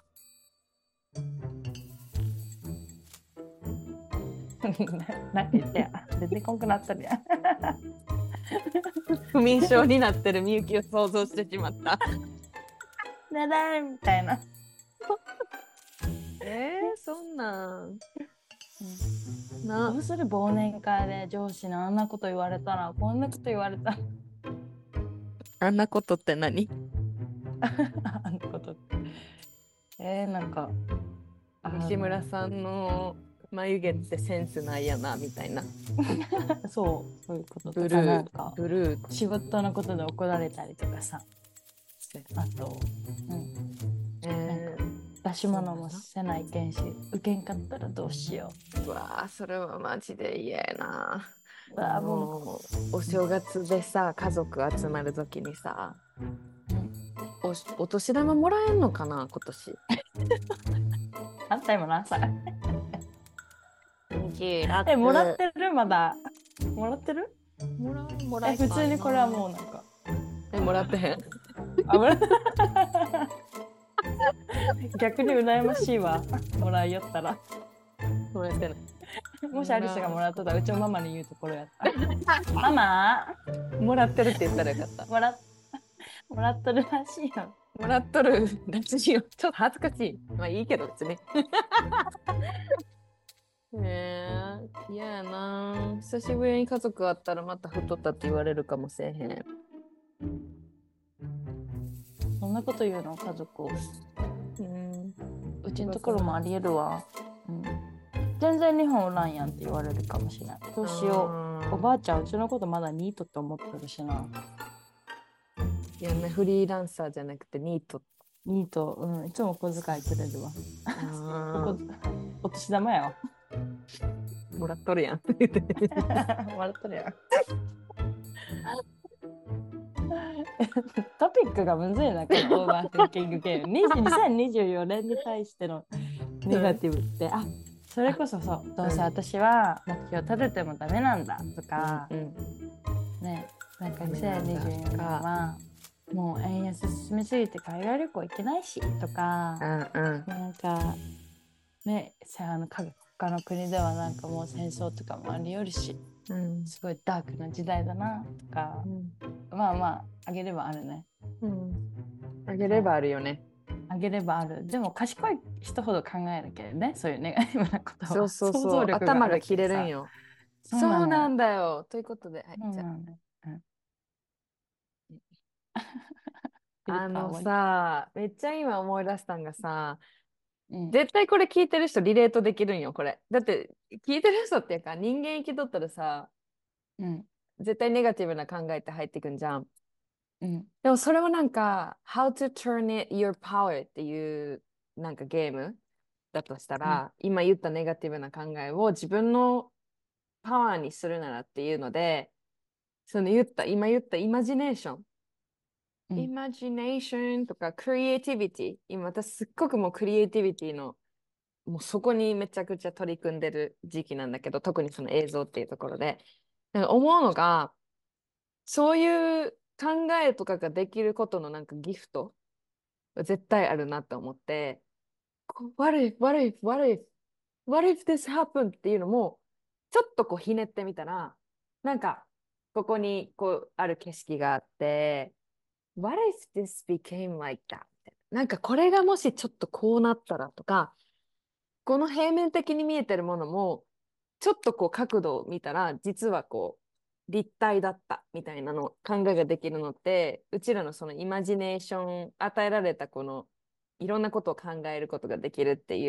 何言ってや。出てこんくなったるやん。 不眠症になってるみゆきを想像してしまった。 寝れんみたいな。 えー、そんなん。 うんなどうする忘年会で上司にあんなこと言われたら、こんなこと言われたら。 あんなことって何？ あんなことって。えー、なんか。 西村さんの眉毛ってセンスないやなみたいな。 そう、そういうことブルとか、なんーか、 ブルー。 仕事のことで怒られたりとかさ。あと、うん。 え出し物もせないけんし、受けんかったらどうしよー、うわあ、それはマジで嫌やな。 う。うわあ、ももうお正月でさ、家族集まるときにさ、 う、 お, お年玉もらえんのかな今年。 あんた今何歳？ え、 え、もらってるまだ。もらってる？ もらうもらえ、普通にこれはもうなんか。 え、もらってへん。 あ、もら逆に羨ましいわ。もらいよったら。 もらってない。 もしアリスがもらっとったらうちのママに言うところやった。ママもらってるって言ったらよかった。 もらもらっとるらしいよ。 もらっとるらしいよ。ちょっと恥ずかしい。まあいいけど別に。ねえ、嫌やな。久しぶりに家族あったらまた太ったって言われるかもしれへん。 そんなこと言うの家族を。 うん、 うちのところもありえるわ。うん、全然日本おらんやんって言われるかもしれない。どうしよう。おばあちゃんうちのことまだニートって思ってるしな。 いやね、フリーランサーじゃなくてニート。 ニート、うん、いつもお小遣いくれるわ。 あお年玉やわ。 もらっとるやん。 もらっとるやん。トピックがむずいな、このオーバーシンキングゲーム。にせんにじゅうよねんに対してのネガティブって、あ、それこそそう、どうせ私は目標立ててもダメなんだとか、 うんうん、 ね、なんかにせんにじゅうよねんはもう円安進みすぎて海外旅行行けないしとか、 うんうんなんかね、さあの他の国ではなんかもう戦争とかもありよるし、 うんすごいダークな時代だなとか、 うん、 まあまああげればあるね。 うん、あげればあるよね。 あげればある。でも賢い人ほど考えるけどね、そういうネガティブなことそうは。 そうそう、 想像力がある頭が切けどさ。 れるんよ。 そうなのよ。 そうなんだよ。ということで、はい、 そうじゃあ。 なんだよ。うん、フィルあのター終わさ、めっちゃ今思い出したんがさ、 り。うん。 絶対これ聞いてる人リレートできるんよ、これ。だって、聞いてる人っていうか、人間生きとったらさ、 うん。 絶対ネガティブな考えって入ってくんじゃん。 うん。 でもそれはなんか、How to turn it your power っていうなんかゲームだとしたうん。 ら、今言ったネガティブな考えを自分のパワーにするならっていうので、その言った、今言ったイマジネーション。 うん。 イマジネーションとかクリエイティビティ。今私すっごくもうクリエイティビティのもうそこにめちゃくちゃ取り組んでる時期なんだけど、特にその映像っていうところで。なんか思うのが、そういう考えとかができることのなんかギフトは絶対あるなって思って、こう What if, what if, what if, what if this happened っていうのも、ちょっとこうひねってみたら、なんか、ここにこうある景色があって、What if this became like that? なんかこれがもしちょっとこうなったらとか、この平面的に見えてるものも、ちょっとこう角度を見たら、実はこう、立体だったみたいなの考えができるのって、うちらのそのイマジネーション、与えられたこの、いろんなことを考えることができるっていう、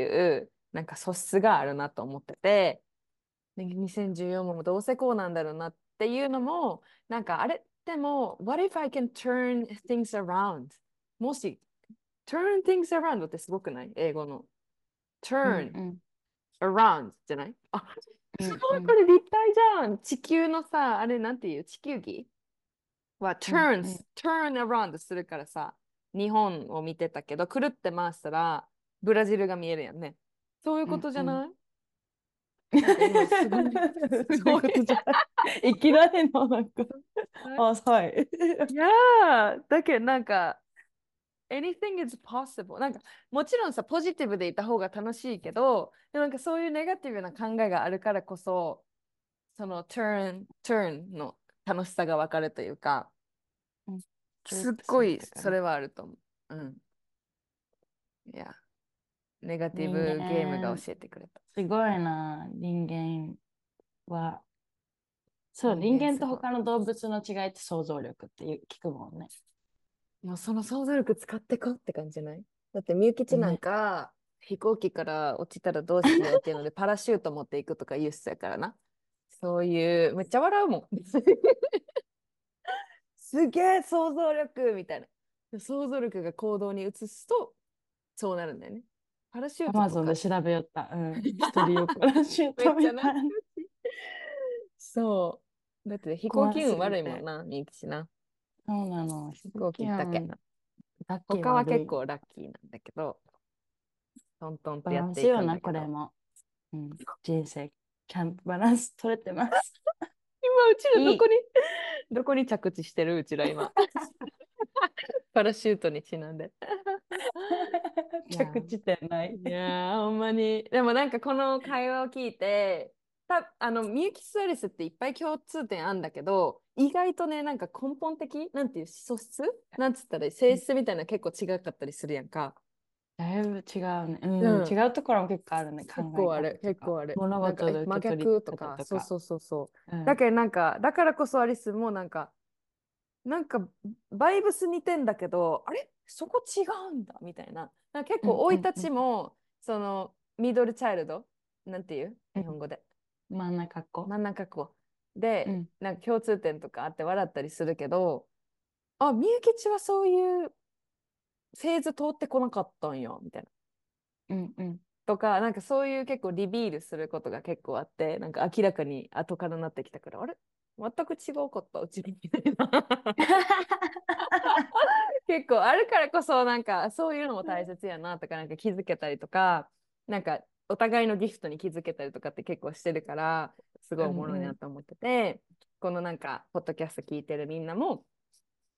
なんか素質があるなと思ってて、でにせんじゅうよんもどうせこうなんだろうなっていうのも、なんかあれでも、What if I can turn things around? もし、turn things around ってすごくない英語の。 うん。 turn うん。 around じゃないあ、 うん。 すごい、こうん。 れ立体じゃん。地球のさ、あれなんていう地球儀はうん。うん。 turns, turn around するからさ、日本を見てたけど、くるって回したら、ブラジルが見えるやんね。そういうことうん。うん。 じゃないなんか今すごい、すそういうごい。 ことじゃない。いきなりのなんか、あ、はい。 いやー、だけどなんか、anything is possible. なんか、もちろんさ、ポジティブでいた方が楽しいけど、でもなんかそういうネガティブな考えがあるからこそ、その turn, turn の楽しさがわかるというか、 うん。ずっすっとすごるとかね。 いそれはあると思う。うん。いや、ネガティ人ブゲームが間、 教えてくれた。 すごいな、人間は。そう、 人人間間すごい。 と他の動物の違いって想像力っていう聞くもんね。 もうその想像力使ってこって感じじゃないだってみゆきちなんね。 か飛行機から落ちたらどうしようっていうのでパラシュート持っていくとか言う人やからな。そういう、めっちゃ笑うもん。すげえ想像力みたいな。想像力が行動に移すとそうなるんだよね。パラシューアトとか。 マゾンで調べよった。うん。一人横ラシュートめっちゃ懐かみたいな。 しい。そう。だって飛行機怖す運ぎて。 悪いもんな、みゆきちな。 そうなの。飛行飛行機機だけ。 運だけ他は悪い。 結構ラッキーなんだけど、トントンってバラやっていくンスよな、 んだけど。 これも。うん。人生、ちゃんとバランス取れてます。 今、うちらいい。 どこに、どこに着地してるうちら今。パラシュートにちなんで。いや着地点ない。 いやー、ほんまに。でもなんかこの会話を聞いて、た、あの、ミユキスアリスっていっぱい共通点あるんだけど、意外とね、なんか根本的、なんていう、素質なんつったら、性質みたいな結構違かったりするやんか。 だいぶ違うね。うん。違うん。 うところも結構あるね。考結え構ある、 方とか。 結構ある。 物なんか、え、 事の受真け取り逆とか、 方とか。 そうそうそうそう。 うん。 だけどなんか、だからこそアリスもなんか、なんか、バイブス似てんだけど、あれそこ違うんだみたいな。なんか結うん構、生い立ちうんうん。 も、その、ミドルチャイルドなんていううん。 日本語で。 真ん中っこ。 真ん中っ子。で、 うん。 なんか共通点とかあって笑ったりするけど、あ、みゆきちはそういうフェーズ通ってこなかったんや、みたいな。 うんうん。 とか、なんかそういう結構リビールすることが結構あって、なんか明らかに後からなってきたから、あれ全く違うかった、うちみたいな。結構あるからこそ、なんかそういうのも大切やなとか、なんか気づけたりとか、なんかお互いのギフトに気づけたりとかって結構してるから、すごいおもろいうんうん。 なと思ってて、このなんか、ポッドキャスト聞いてるみんなも、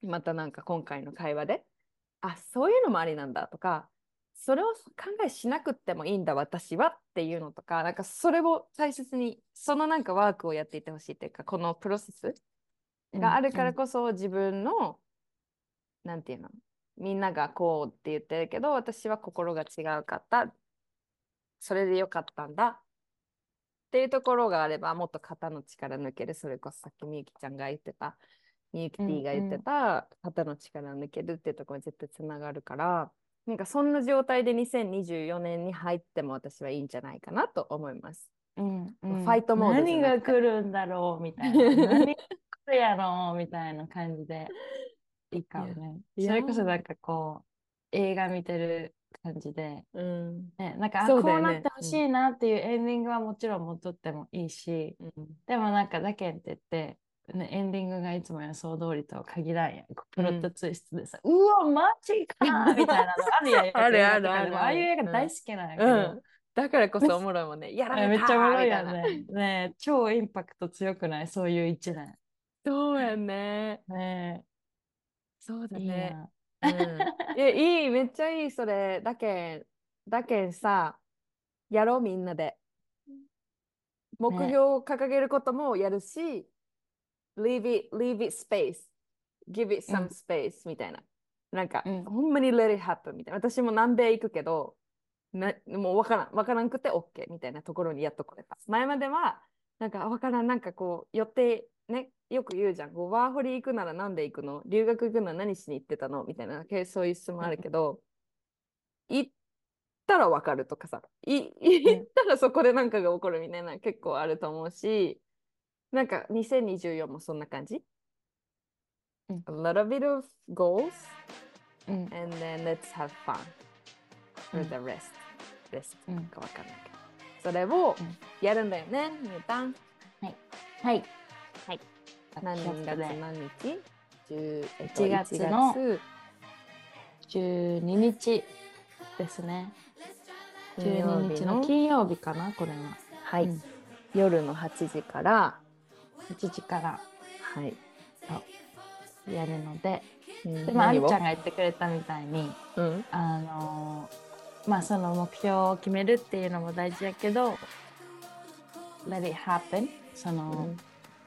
またなんか今回の会話で、あ、そういうのもありなんだとか、それを考えしなくってもいいんだ私はっていうのとか、なんかそれを大切に、そのなんかワークをやっていってほしいっていうか、このプロセスがあるからこそ自分の、なんていうの、みんながこうって言ってるけど、私は心が違うかった。それでよかったんだっていうところがあれば、もっと肩の力抜ける。それこそさっきみゆきちゃんが言ってた、みゆきティが言ってた、肩の力抜けるっていうところに絶対つながるから、なんかそんな状態でにせんにじゅうよねんに入っても私はいいんじゃないかなと思います。 うんうフん、 ァイトモードじゃ何なくて。 が来るんだろうみたいな。何が来るやろうみたいな感じでいいいや、 かもね。 いやそれこそなんかこう、映画見てる感じで、 うん。 ね、なんか、あ、こうなっそうだよね。 てほしいなっていうエンディングはもちろん持っってもいいし、 うん。 でもなんか、だけんって言って、ね、エンディングがいつも予想通りとは限らんやん。プロットツイストでさ、うわ、マジかーみたいなのあるやん。よく映あるある画とかでも、ああいうあるある。 映画大好きなんやけど、 うん。だからこそおもろいもんね。やられためっちゃおもろいーみたいな。 やんね。ね、超インパクト強くない？そういう一年。 そうやね。 ね、 そうだね。 いいな。 うん。いや、いい、めっちゃいい、それ。だけん、だけんさ、やろう、みんなで。目標ね、 を掲げることもやるし、leave it, leave it space, give it う some ん、 space みたいな。なんか、 うん、 ほんまに let it happen みたいな。私も南米行くけど、なもうわからん、わからんくて OK みたいなところにやっとこれた。前までは、なんか、あわからん、なんかこう、予定、ね、よく言うじゃん。こうワーホリ行くならなんで行くの？留学行くなら何しに行ってたのみたいな、そういう質問あるけど、行ったらわかるとかさ、い行っうん、 たらそこでなんかが起こるみたいな結構あると思うし、なんかにせんにじゅうよんもそんな感じ。 うん、 A little bit of goals うん、 and then let's have fun う for ん、 the rest. rest うん、 かわかんないけど。それをうん。 やるんだよね、みゆたん。 はい。はい。 はい。 気をつ何月けて。 何日 ?10、えっと、 1 1 月の月じゅうににちですね。12 金曜日日のの、 金曜日かな、これは。 はい、 うん、 夜のはちじから、 はちじからはい。 やるので、 うんで、まあ、あ何をりちゃんが言ってくれたみたいに、 うん。 あのーまあ、その目標を決めるっていうのも大事やけど、let it happen。その、 うん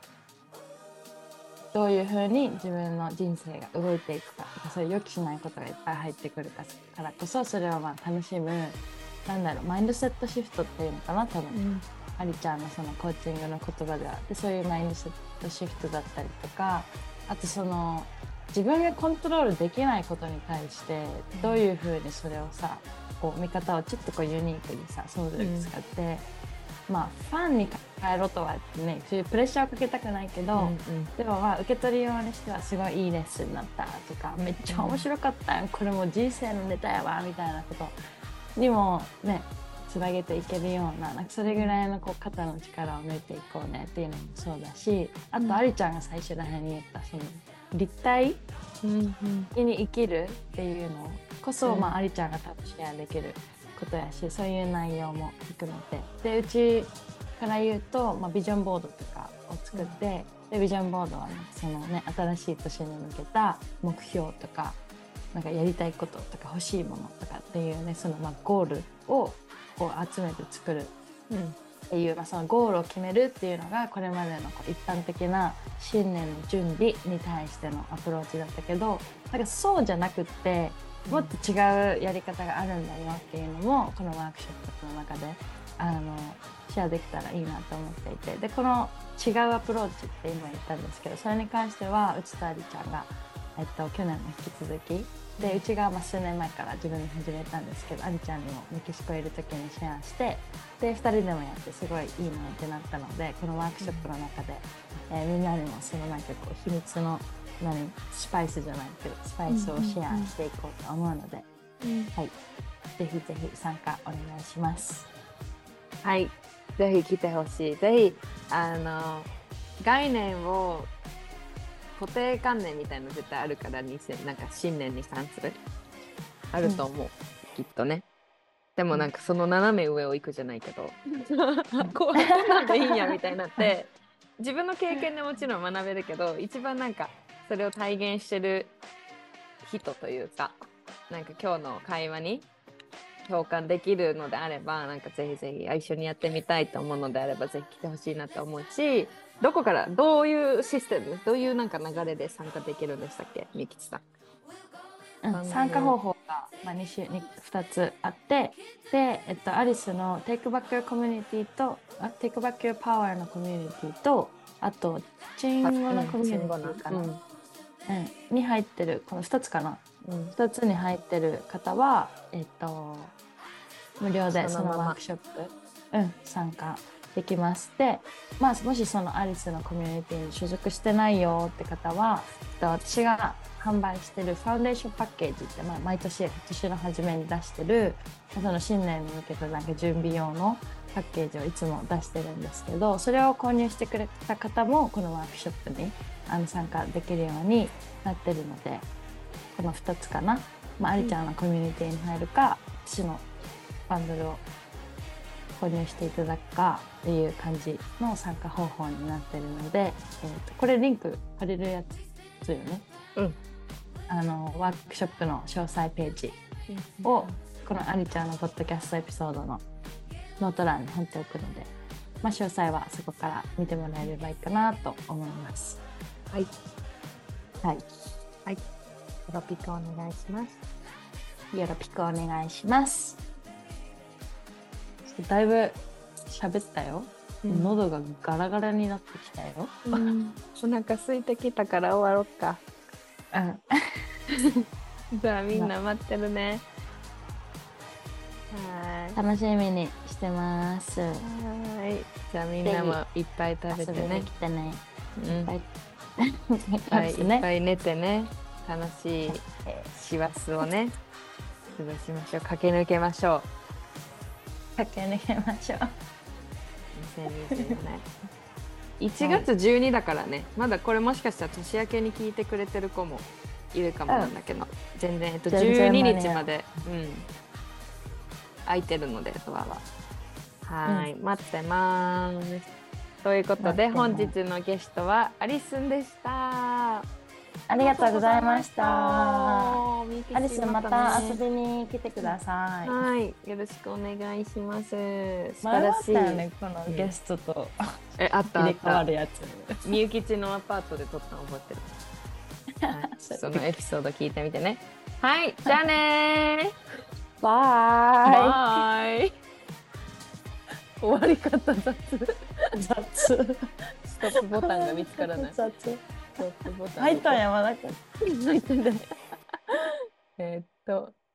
どういうふうに自分の人生が動いていくかとか、そういう予期しないことがいっぱい入ってくるからこそ、それをまあ楽しむ、なんだろう、マインドセットシフトっていうのかな、多分。 うんありちゃんのそのコーチングの言葉であって、そういうマインドセットシフトだったりとか、あとその自分がコントロールできないことに対してどういうふうにそれをさ、こう見方をちょっとこうユニークにさ、想像力使って、うん、まあファンに変えろとはね、そういうプレッシャーをかけたくないけど、うんうん、でもまあ受け取りようにしてはすごいいいレッスンになったとか、めっちゃ面白かったよ、これも人生のネタやわみたいなことにもねつなげていけるような、なんかそれぐらいのこう肩の力を抜いていこうねっていうのもそうだし、あとありちゃんが最初らへんに言ったその立体に生きるっていうのこそ、うん、まあ、ありちゃんが多分シェアできることやし、そういう内容も含めて、でうちから言うと、まあ、ビジョンボードとかを作って、うん、でビジョンボードは、ね、そのね新しい年に向けた目標とか、なんかやりたいこととか欲しいものとかっていうね、そのまあゴールをこう集めて作るっていう、うん、まあ、そのゴールを決めるっていうのがこれまでのこう一般的な新年の準備に対してのアプローチだったけど、なんかそうじゃなくってもっと違うやり方があるんだよっていうのもこのワークショップの中であのシェアできたらいいなと思っていて、でこの違うアプローチって今言ったんですけど、それに関してはうちとありちゃんが、えっと、去年も引き続きで、うちがまあ数年前から自分で始めたんですけど、ありちゃんにもメキシコいる時にシェアして、でふたりでもやってすごいいいなってなったので、このワークショップの中で、うん、えー、みんなにもそのなんかこう秘密の何スパイスじゃないけどスパイスをシェアしていこうと思うので、うんうんうん、はい、ぜひぜひ参加お願いします。 はい、ぜひ来てほしい。ぜひあの概念を固定観念みたいなの絶対あるから、にせんなんか新年に関するあると思う、うん、きっとね。でもなんかその斜め上を行くじゃないけど、うん、こうこんなんでいいんやみたいになって自分の経験でもちろん学べるけど、一番なんかそれを体現してる人というか、なんか今日の会話に共感できるのであれば、なんかぜひぜひ一緒にやってみたいと思うのであれば、ぜひ来てほしいなと思うし、どこからどういうシステム、どういうなんか流れで参加できるんでしたっけ、みきちさん。 うん、参加方法が、まあ、2, 種にふたつあって、で、えっと、アリスの Take Back Your Community とあ Take Back Your Power のコミュニティと、あとチンゴのコミュニティかな、うんうん、に入ってるこのふたつかな、うん、ふたつに入ってる方は、えっと、無料でそのワークショップ、うん、参加できます。で、まあ、もしそのアリスのコミュニティに所属してないよって方は、私が販売してるファウンデーションパッケージって、まあ、毎年今年の初めに出してるその新年に向けたなんか準備用のパッケージをいつも出してるんですけど、それを購入してくれた方もこのワークショップにあの参加できるようになってるので、このふたつかな、まあ、ありちゃんのコミュニティに入るか、私のバンドルを購入していただくかっていう感じの参加方法になってるので、えー、とこれリンク貼れるやつよね、うん、あのワークショップの詳細ページをこのありちゃんのポッドキャストエピソードのノート欄に貼っておくので、まあ、詳細はそこから見てもらえればいいかなと思います。 はいはいはい、よろぴくお願いします。 よろぴくお願いします。だいぶ喋ったよ、うん、喉がガラガラになってきたよ、 うん、お腹空いてきたから終わろっか。うんじゃあみんな待ってるね。 はい、楽しみにしてます。はい、じゃあみんなもいっぱい食べてね。 遊びに来てね、 うん、いっぱいはい、いっぱい寝てね、楽しい師走をね過ごしましょう。駆け抜けましょう。 駆け抜けましょう。 にせんにじゅうよねんいちがつじゅうにだからね、はい、まだこれもしかしたら年明けに聞いてくれてる子もいるかもなんだけど、うん、全然、えっと、じゅうににちまで、うん、空いてるのでドアははい、うん、待ってますということで本日のゲストはアリスンでした。 ありがとうございました。アリスまた遊びに来てください。 はい、よろしくお願いします。素晴らしい。前あったよね、このゲストと、うん、 えあったあった。入れ替わるやつ。 みゆきちのアパートで撮ったの覚えてる。はい、そのエピソード聞いてみてね。はい、じゃあねー。 バイ。 バイ。終わり方雑。 雑。 ストップボタンが見つからない。 雑。入ったんやまだくん。 入ってない。えっと。